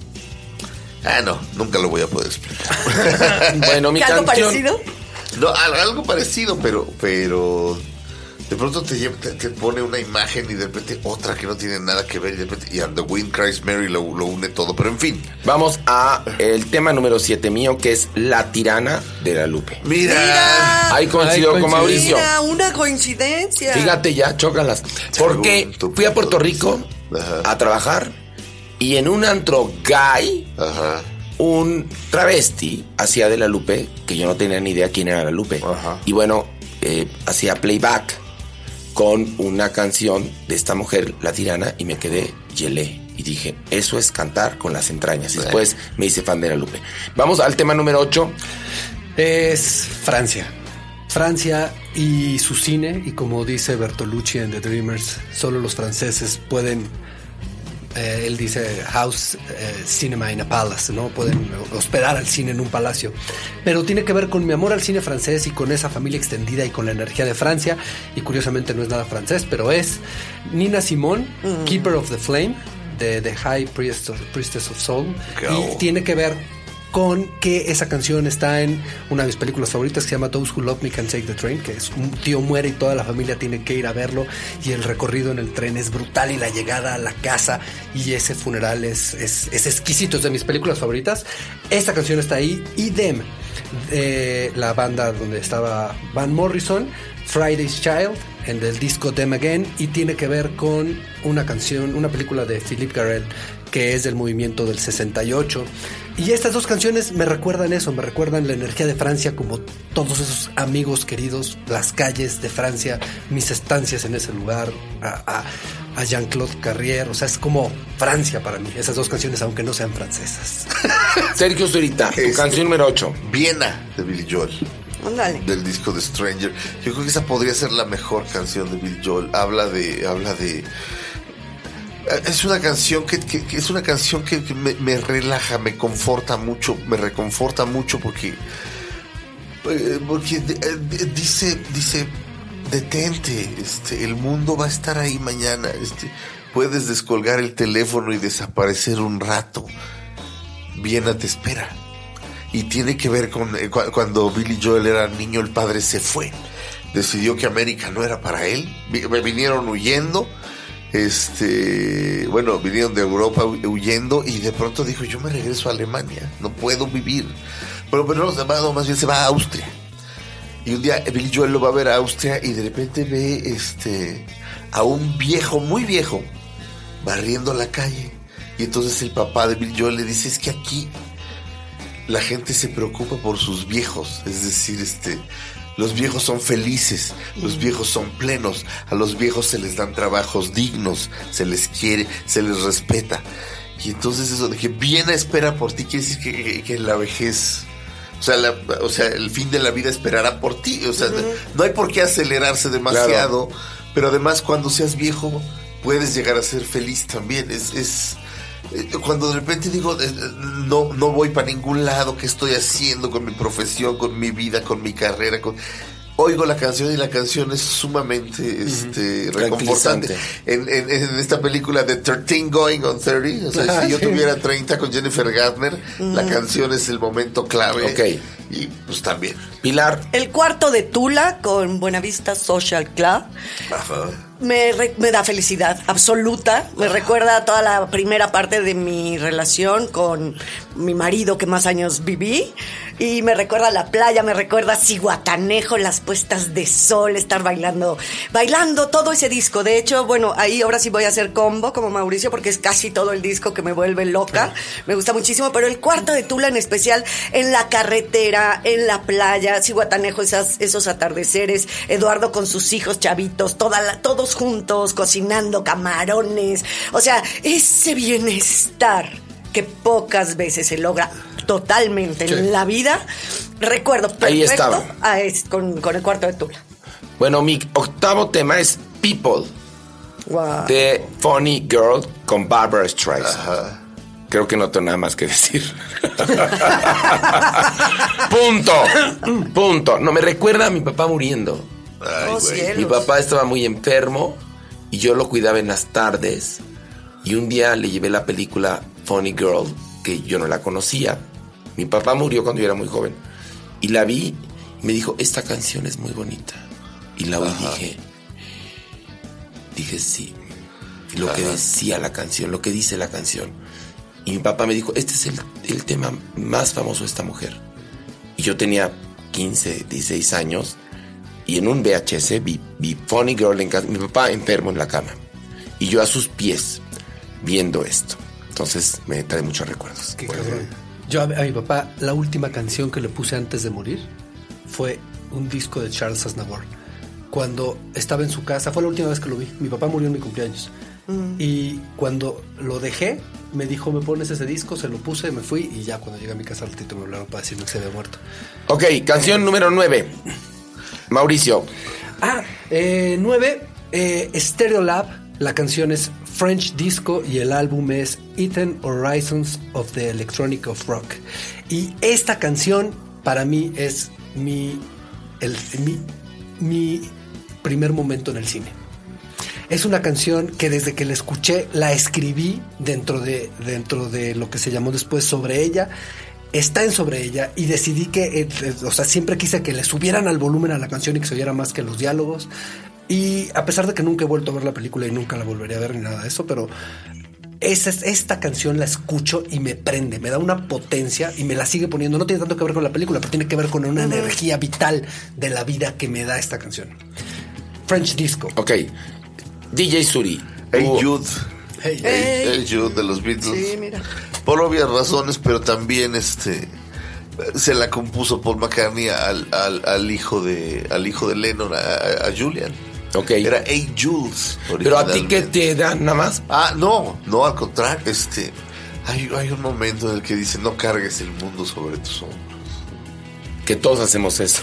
Speaker 1: no, nunca lo voy a poder explicar.
Speaker 2: Bueno, mi
Speaker 4: ¿Algo
Speaker 2: canción...
Speaker 4: parecido?
Speaker 1: No, algo parecido, pero de pronto te pone una imagen y de repente otra que no tiene nada que ver, y de repente, y The Wind Cries Mary lo une todo, pero en fin.
Speaker 2: Vamos a el tema número 7 mío, que es La Tirana de la Lupe.
Speaker 1: Mira.
Speaker 2: Ahí coincido con Mauricio.
Speaker 4: Mira, una coincidencia.
Speaker 2: Fíjate ya, chócalas. Porque fui a Puerto Rico a trabajar y en un antro gay, un travesti hacía de la Lupe, que yo no tenía ni idea quién era la Lupe. Y bueno, hacía playback con una canción de esta mujer, La Tirana, y me quedé gelé. Y dije, eso es cantar con las entrañas. Y después me hice fan de la Lupe. Vamos al tema número 8.
Speaker 3: Es Francia. Francia y su cine, y como dice Bertolucci en The Dreamers, solo los franceses pueden, él dice house cinema in a palace, ¿no? Pueden hospedar al cine en un palacio. Pero tiene que ver con mi amor al cine francés y con esa familia extendida y con la energía de Francia. Y curiosamente no es nada francés, pero es Nina Simone, Keeper of the Flame, de The High Priestess of Soul. Y tiene que ver con que esa canción está en una de mis películas favoritas que se llama Those Who Love Me Can Take the Train, que es un tío muere y toda la familia tiene que ir a verlo, y el recorrido en el tren es brutal y la llegada a la casa y ese funeral es exquisito, es de mis películas favoritas. Esta canción está ahí, y Them, la banda donde estaba Van Morrison, Friday's Child, en el disco Them Again, y tiene que ver con una canción, una película de Philippe Garrel, que es del movimiento del 68. Y estas dos canciones me recuerdan eso, me recuerdan la energía de Francia, como todos esos amigos queridos, las calles de Francia, mis estancias en ese lugar, a Jean-Claude Carrier. O sea, es como Francia para mí, esas dos canciones, aunque no sean francesas.
Speaker 2: Sergio Zurita, tu canción número 8.
Speaker 1: Viena, de Billy Joel.
Speaker 4: Ándale.
Speaker 1: Del disco de Stranger. Yo creo que esa podría ser la mejor canción de Billy Joel. Habla de es una canción que es una canción que me relaja, me conforta mucho, me reconforta mucho porque dice detente, el mundo va a estar ahí mañana, puedes descolgar el teléfono y desaparecer un rato, Viena te espera. Y tiene que ver con cuando Billy Joel era niño, el padre se fue, decidió que América no era para él, vinieron huyendo. Vinieron de Europa huyendo, y de pronto dijo, yo me regreso a Alemania, no puedo vivir. Pero no, más bien se va a Austria. Y un día Billy Joel lo va a ver a Austria, y de repente ve a un viejo, muy viejo, barriendo la calle. Y entonces el papá de Billy Joel le dice, es que aquí la gente se preocupa por sus viejos, es decir, los viejos son felices, los viejos son plenos, a los viejos se les dan trabajos dignos, se les quiere, se les respeta. Y entonces eso de que Viena espera por ti quiere decir que la vejez, o sea, el fin de la vida esperará por ti. O sea, no hay por qué acelerarse demasiado, claro. Pero además cuando seas viejo puedes llegar a ser feliz también. Cuando de repente digo, no voy para ningún lado, ¿qué estoy haciendo con mi profesión, con mi vida, con mi carrera? Oigo la canción y la canción es sumamente reconfortante. En esta película de 13 Going on 30, o sea, si yo tuviera 30 con Jennifer Garner, la canción es el momento clave.
Speaker 2: Okay.
Speaker 1: Y pues también.
Speaker 2: Pilar.
Speaker 4: El cuarto de Tula con Buenavista Social Club.
Speaker 1: Ajá.
Speaker 4: Me da felicidad absoluta. Me recuerda a toda la primera parte de mi relación con mi marido que más años viví. Y me recuerda a la playa, me recuerda a Zihuatanejo, las puestas de sol, estar bailando todo ese disco. De hecho, bueno, ahí ahora sí voy a hacer combo como Mauricio porque es casi todo el disco que me vuelve loca. Me gusta muchísimo, pero el Cuarto de Tula en especial, en la carretera, en la playa, Zihuatanejo, esos atardeceres, Eduardo con sus hijos chavitos, todos juntos, cocinando camarones. O sea, ese bienestar que pocas veces se logra totalmente en la vida. Recuerdo perfecto
Speaker 2: ahí estaba.
Speaker 4: Con el Cuarto de Tula.
Speaker 2: Bueno, mi octavo tema es People,
Speaker 4: Wow.
Speaker 2: de Funny Girl con Barbra Streisand. Creo que no tengo nada más que decir. Punto. No, me recuerda a mi papá muriendo.
Speaker 1: Ay, güey.
Speaker 2: Mi papá estaba muy enfermo y yo lo cuidaba en las tardes. Y un día le llevé la película Funny Girl, que yo no la conocía. Mi papá murió cuando yo era muy joven. Y la vi y me dijo, esta canción es muy bonita. Y la oí y dije sí. Y lo que decía la canción, lo que dice la canción. Y mi papá me dijo, este es el tema más famoso de esta mujer. Y yo tenía 15, 16 años. Y en un VHS vi Funny Girl en casa. Mi papá enfermo en la cama. Y yo a sus pies viendo esto. Entonces me trae muchos recuerdos.
Speaker 3: Qué cabrón. Yo a mi papá, la última canción que le puse antes de morir fue un disco de Charles Aznavour. Cuando estaba en su casa, fue la última vez que lo vi. Mi papá murió en mi cumpleaños. Y cuando lo dejé, me dijo, ¿me pones ese disco? Se lo puse, me fui. Y ya cuando llegué a mi casa, al ratito me hablaron para decirme que se había muerto.
Speaker 2: Ok, canción número 9. Mauricio.
Speaker 3: 9, Stereolab. La canción es French Disco y el álbum es Eaten Horizons of the Electronic of Rock. Y esta canción para mí es mi primer momento en el cine. Es una canción que desde que la escuché la escribí dentro de lo que se llamó después Sobre Ella. Está en Sobre Ella y decidí que, siempre quise que le subieran al volumen a la canción y que se oyera más que los diálogos. Y a pesar de que nunca he vuelto a ver la película y nunca la volveré a ver ni nada de eso, pero esta canción la escucho y me prende, me da una potencia y me la sigue poniendo. No tiene tanto que ver con la película, pero tiene que ver con una energía vital de la vida que me da esta canción. French Disco.
Speaker 2: Ok. DJ Suri.
Speaker 1: Hey Jude.
Speaker 4: Hey
Speaker 1: Jude de los Beatles.
Speaker 4: Sí, mira.
Speaker 1: Por obvias razones, pero también se la compuso Paul McCartney al hijo de Lennon, a Julian.
Speaker 2: Ok.
Speaker 1: Era Hey Jules.
Speaker 2: Pero a ti, ¿qué te da nada más?
Speaker 1: No, al contrario. Hay un momento en el que dice, no cargues el mundo sobre tus hombros.
Speaker 2: Que todos hacemos eso.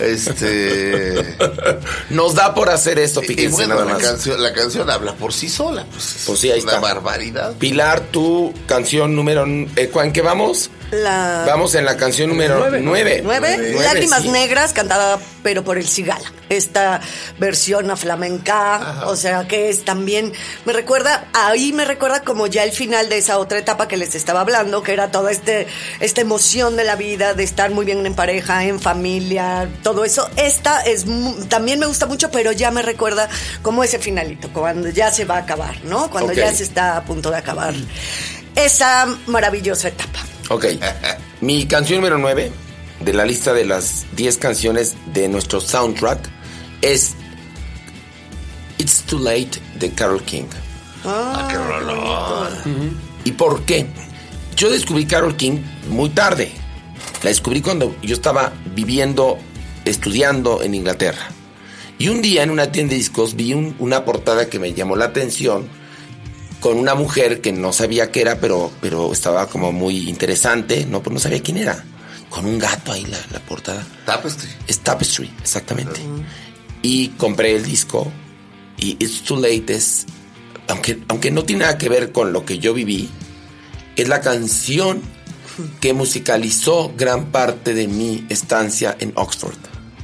Speaker 2: Nos da por hacer eso, fíjense,
Speaker 1: y bueno,
Speaker 2: nada más.
Speaker 1: La canción habla por sí sola. Pues
Speaker 2: sí, ahí
Speaker 1: una
Speaker 2: está.
Speaker 1: Barbaridad.
Speaker 2: Pilar, tu canción número... ¿En qué vamos? Vamos en la canción número 9.
Speaker 4: Lágrimas
Speaker 2: sí.
Speaker 4: Negras, cantada pero por el Cigala. Esta versión flamenca, o sea que es también, me recuerda como ya el final de esa otra etapa que les estaba hablando, que era toda esta emoción de la vida, de estar muy bien en pareja, en familia, todo eso. Esta también me gusta mucho, pero ya me recuerda como ese finalito, cuando ya se va a acabar, ¿no? Cuando ya se está a punto de acabar esa maravillosa etapa.
Speaker 2: Ok. Mi canción número 9 de la lista de las 10 canciones de nuestro soundtrack es It's Too Late de Carole King.
Speaker 1: Qué rolón.
Speaker 2: ¿Y por qué? Yo descubrí Carole King muy tarde. La descubrí cuando yo estaba estudiando en Inglaterra. Y un día en una tienda de discos vi una portada que me llamó la atención, con una mujer que no sabía qué era, pero estaba como muy interesante, ¿no? Pues no sabía quién era. Con un gato ahí la portada.
Speaker 1: Tapestry.
Speaker 2: Es Tapestry, exactamente. Y compré el disco. Y It's Too Late es, aunque no tiene nada que ver con lo que yo viví, es la canción que musicalizó gran parte de mi estancia en Oxford.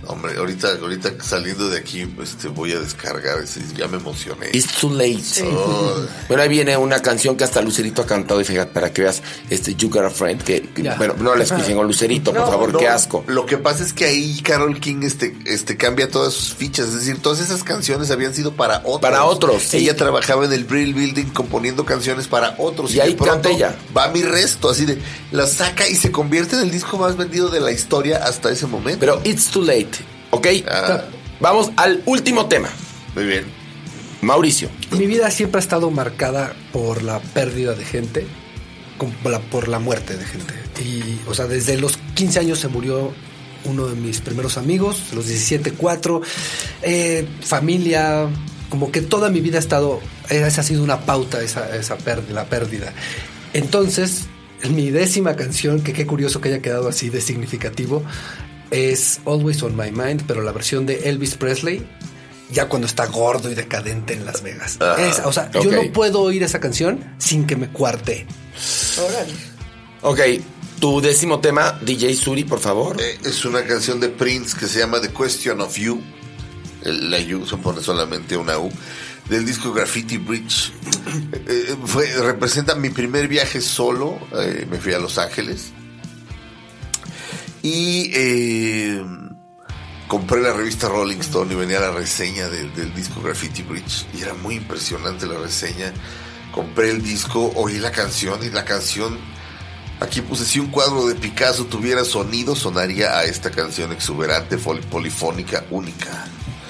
Speaker 1: Hombre, ahorita saliendo de aquí, voy a descargar ese, ya me emocioné.
Speaker 2: It's Too Late.
Speaker 4: Sí.
Speaker 2: Bueno, ahí viene una canción que hasta Lucerito ha cantado, y fíjate, para que veas, You Got a Friend, bueno, no la escuchen con Lucerito, por favor, qué asco.
Speaker 1: Lo que pasa es que ahí Carole King cambia todas sus fichas, es decir, todas esas canciones habían sido para otros.
Speaker 2: Para otros, sí.
Speaker 1: Ella trabajaba en el Brill Building componiendo canciones para otros.
Speaker 2: Y ahí canta ella.
Speaker 1: Va mi resto, así de, la saca y se convierte en el disco más vendido de la historia hasta ese momento.
Speaker 2: Pero It's Too Late, ¿ok? Vamos al último tema.
Speaker 1: Muy bien.
Speaker 2: Mauricio.
Speaker 3: Mi vida siempre ha estado marcada por la pérdida de gente, por la muerte de gente. Y, o sea, desde los 15 años se murió uno de mis primeros amigos, los 17, 4, familia, como que toda mi vida ha estado, esa ha sido una pauta, la pérdida. Entonces, mi 10ª canción, que qué curioso que haya quedado así de significativo, es Always on My Mind, pero la versión de Elvis Presley, ya cuando está gordo y decadente en Las Vegas. O sea, yo no puedo oír esa canción sin que me cuarte.
Speaker 4: Órale.
Speaker 2: Ok, tu 10º tema, DJ Suri, por favor.
Speaker 1: Es una canción de Prince que se llama The Question of You. La U se pone solamente una U. Del disco Graffiti Bridge. Representa mi primer viaje solo. Me fui a Los Ángeles. Y compré la revista Rolling Stone y venía la reseña del disco Graffiti Bridge. Y era muy impresionante la reseña. Compré el disco, oí la canción y la canción... Aquí puse, si un cuadro de Picasso tuviera sonido, sonaría a esta canción exuberante, polifónica, única.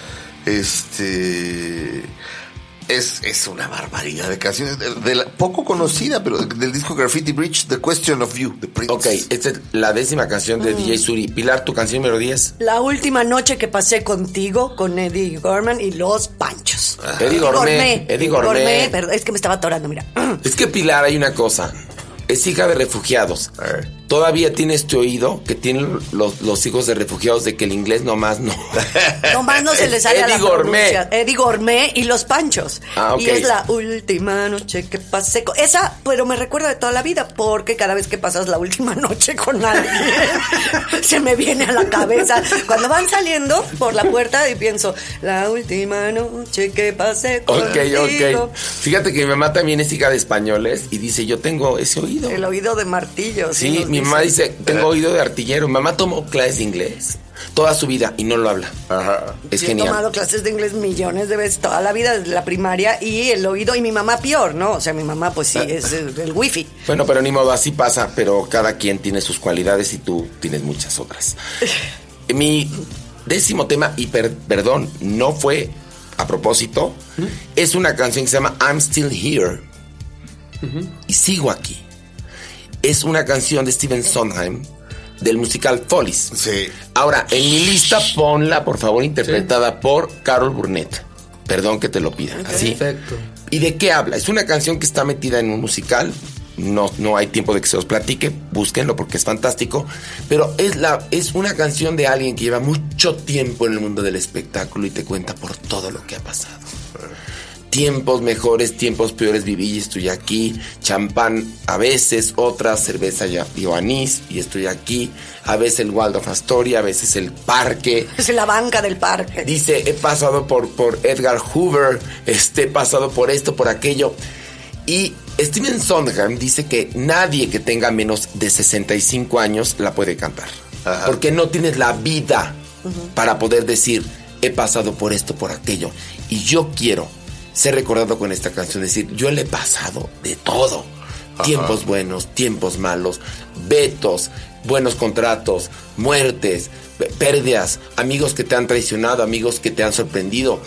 Speaker 1: Es una barbaridad de canciones, poco conocida, pero del disco Graffiti Bridge, The Question of You, de Prince.
Speaker 2: Ok, esta es la 10ª canción de DJ Suri. Pilar, tu canción número 10.
Speaker 4: La última noche que pasé contigo, con Eddie Gorman y Los Panchos.
Speaker 2: Eddie Gourmet.
Speaker 4: Pero es que me estaba atorando, mira.
Speaker 2: Es que Pilar, hay una cosa. Es hija de refugiados. Todavía tiene este oído que tienen los hijos de refugiados de que el inglés nomás no.
Speaker 4: Nomás no se le sale a la pronuncia. Eddie Gourmet y Los Panchos.
Speaker 2: Okay.
Speaker 4: Y es la última noche que pasé con... Esa, pero me recuerda de toda la vida, porque cada vez que pasas la última noche con alguien, se me viene a la cabeza. Cuando van saliendo por la puerta y pienso, la última noche que pasé contigo.
Speaker 2: Ok. Fíjate que mi mamá también es hija de españoles y dice, yo tengo ese oído.
Speaker 4: El oído de martillo.
Speaker 2: Sí, mi mamá dice, tengo oído de artillero. Mi mamá tomó clases de inglés toda su vida y no lo habla.
Speaker 1: Ajá.
Speaker 2: Es
Speaker 4: sí,
Speaker 2: genial.
Speaker 4: He tomado clases de inglés millones de veces toda la vida, desde la primaria, y el oído, y mi mamá peor, ¿no? O sea, mi mamá pues sí, es el wifi.
Speaker 2: Bueno, pero ni modo, así pasa, pero cada quien tiene sus cualidades y tú tienes muchas otras. Mi 10º tema, y perdón, no fue a propósito, es una canción que se llama I'm Still Here. Y sigo aquí. Es una canción de Stephen Sondheim del musical Follies.
Speaker 1: Sí.
Speaker 2: Ahora, en mi lista ponla, por favor, interpretada por Carol Burnett. Perdón que te lo pida.
Speaker 4: Okay.
Speaker 2: Así.
Speaker 3: Perfecto.
Speaker 2: ¿Y de qué habla? Es una canción que está metida en un musical. No hay tiempo de que se los platique. Búsquenlo porque es fantástico. Pero es una canción de alguien que lleva mucho tiempo en el mundo del espectáculo y te cuenta por todo lo que ha pasado. Tiempos mejores, tiempos peores viví y estoy aquí. Champán a veces, otras, cerveza y anís y estoy aquí. A veces el Waldorf Astoria, a veces el parque.
Speaker 4: Es la banca del parque.
Speaker 2: Dice, he pasado por Edgar Hoover, he pasado por esto, por aquello. Y Stephen Sondheim dice que nadie que tenga menos de 65 años la puede cantar. Ajá. Porque no tienes la vida para poder decir, he pasado por esto, por aquello. Y yo quiero ser recordado con esta canción, decir, yo le he pasado de todo. Ajá. Tiempos buenos, tiempos malos, vetos, buenos contratos, muertes, pérdidas, amigos que te han traicionado, amigos que te han sorprendido,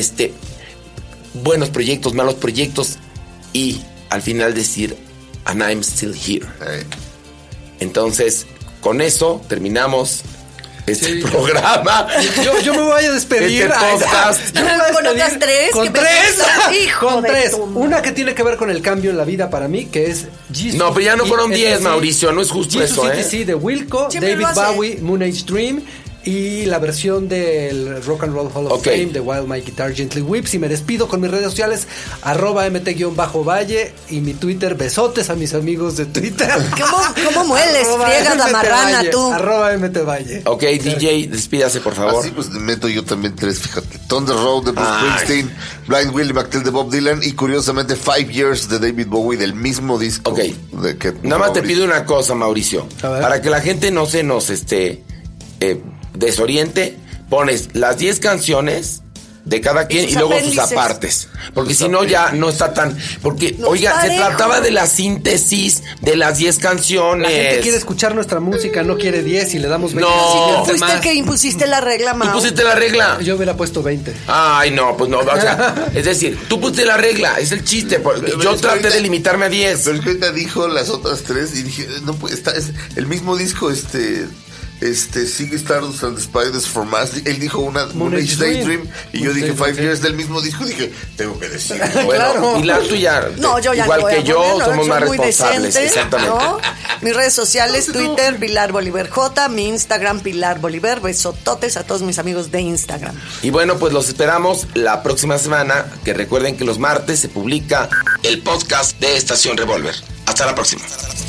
Speaker 2: buenos proyectos, malos proyectos, y al final decir, and I'm still here. Entonces, con eso terminamos este programa.
Speaker 3: Yo me voy a despedir.
Speaker 2: Podcast.
Speaker 4: ¿Con otras tres?
Speaker 3: Con tres. Una que tiene que ver con el cambio en la vida para mí, que es Jesus.
Speaker 2: No, pero ya no fueron 10, Mauricio. No es justo
Speaker 3: Jesus
Speaker 2: eso,
Speaker 3: CTC de Wilco,
Speaker 4: Siempre
Speaker 3: David Bowie, Moon Age Dream y la versión del Rock and Roll Hall of Fame de While My Guitar Gently Weeps. Y me despido con mis redes sociales, @mt_valle y mi Twitter. Besotes a mis amigos de Twitter.
Speaker 4: ¿Cómo mueles? Friega la marrana, tú.
Speaker 3: @mtvalle.
Speaker 2: Ok, DJ, despídase, por favor.
Speaker 1: Así pues meto yo también 3, fíjate. Thunder Road de Bruce Springsteen, Blind Willie McTell de Bob Dylan y curiosamente 5 Years de David Bowie del mismo disco.
Speaker 2: Ok.
Speaker 1: De
Speaker 2: Nada más te pido una cosa, Mauricio. Para que la gente no se nos desoriente, pones las 10 canciones de cada quien y luego sus apartes. Porque si no ya no está tan... Porque, oiga, se trataba de la síntesis de las 10 canciones.
Speaker 3: La gente quiere escuchar nuestra música, no quiere 10 y le damos 20.
Speaker 2: No.
Speaker 4: Fuiste que impusiste la regla, Mau.
Speaker 2: ¿Tú pusiste la regla?
Speaker 3: Yo hubiera puesto 20.
Speaker 2: Ay, no, pues no. O sea, es decir, tú pusiste la regla, es el chiste. Yo traté de limitarme a 10.
Speaker 1: Pero es que ahorita dijo las otras 3 y dije, no puede estar... Es el mismo disco, Sigue Stardust and the Spiders from Mars. Él dijo Moon Age Daydream y yo dije 5 Years del mismo disco. Dije, tengo que decir.
Speaker 2: Bueno, claro. Y la tuya,
Speaker 4: no, yo ya
Speaker 2: igual
Speaker 4: no
Speaker 2: que yo,
Speaker 4: poner,
Speaker 2: somos más
Speaker 4: muy
Speaker 2: responsables.
Speaker 4: Decente,
Speaker 2: exactamente.
Speaker 4: ¿no? Mis redes sociales, Twitter, Pilar Bolívar J, mi Instagram, Pilar Bolívar. Besototes a todos mis amigos de Instagram.
Speaker 2: Y bueno, pues los esperamos la próxima semana. Que recuerden que los martes se publica el podcast de Estación Revolver. Hasta la próxima.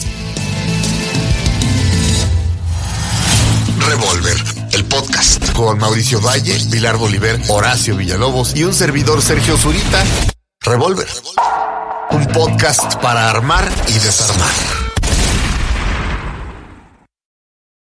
Speaker 1: Revolver, el podcast con Mauricio Valle, Pilar Bolívar, Horacio Villalobos y un servidor, Sergio Zurita. Revolver, un podcast para armar y desarmar.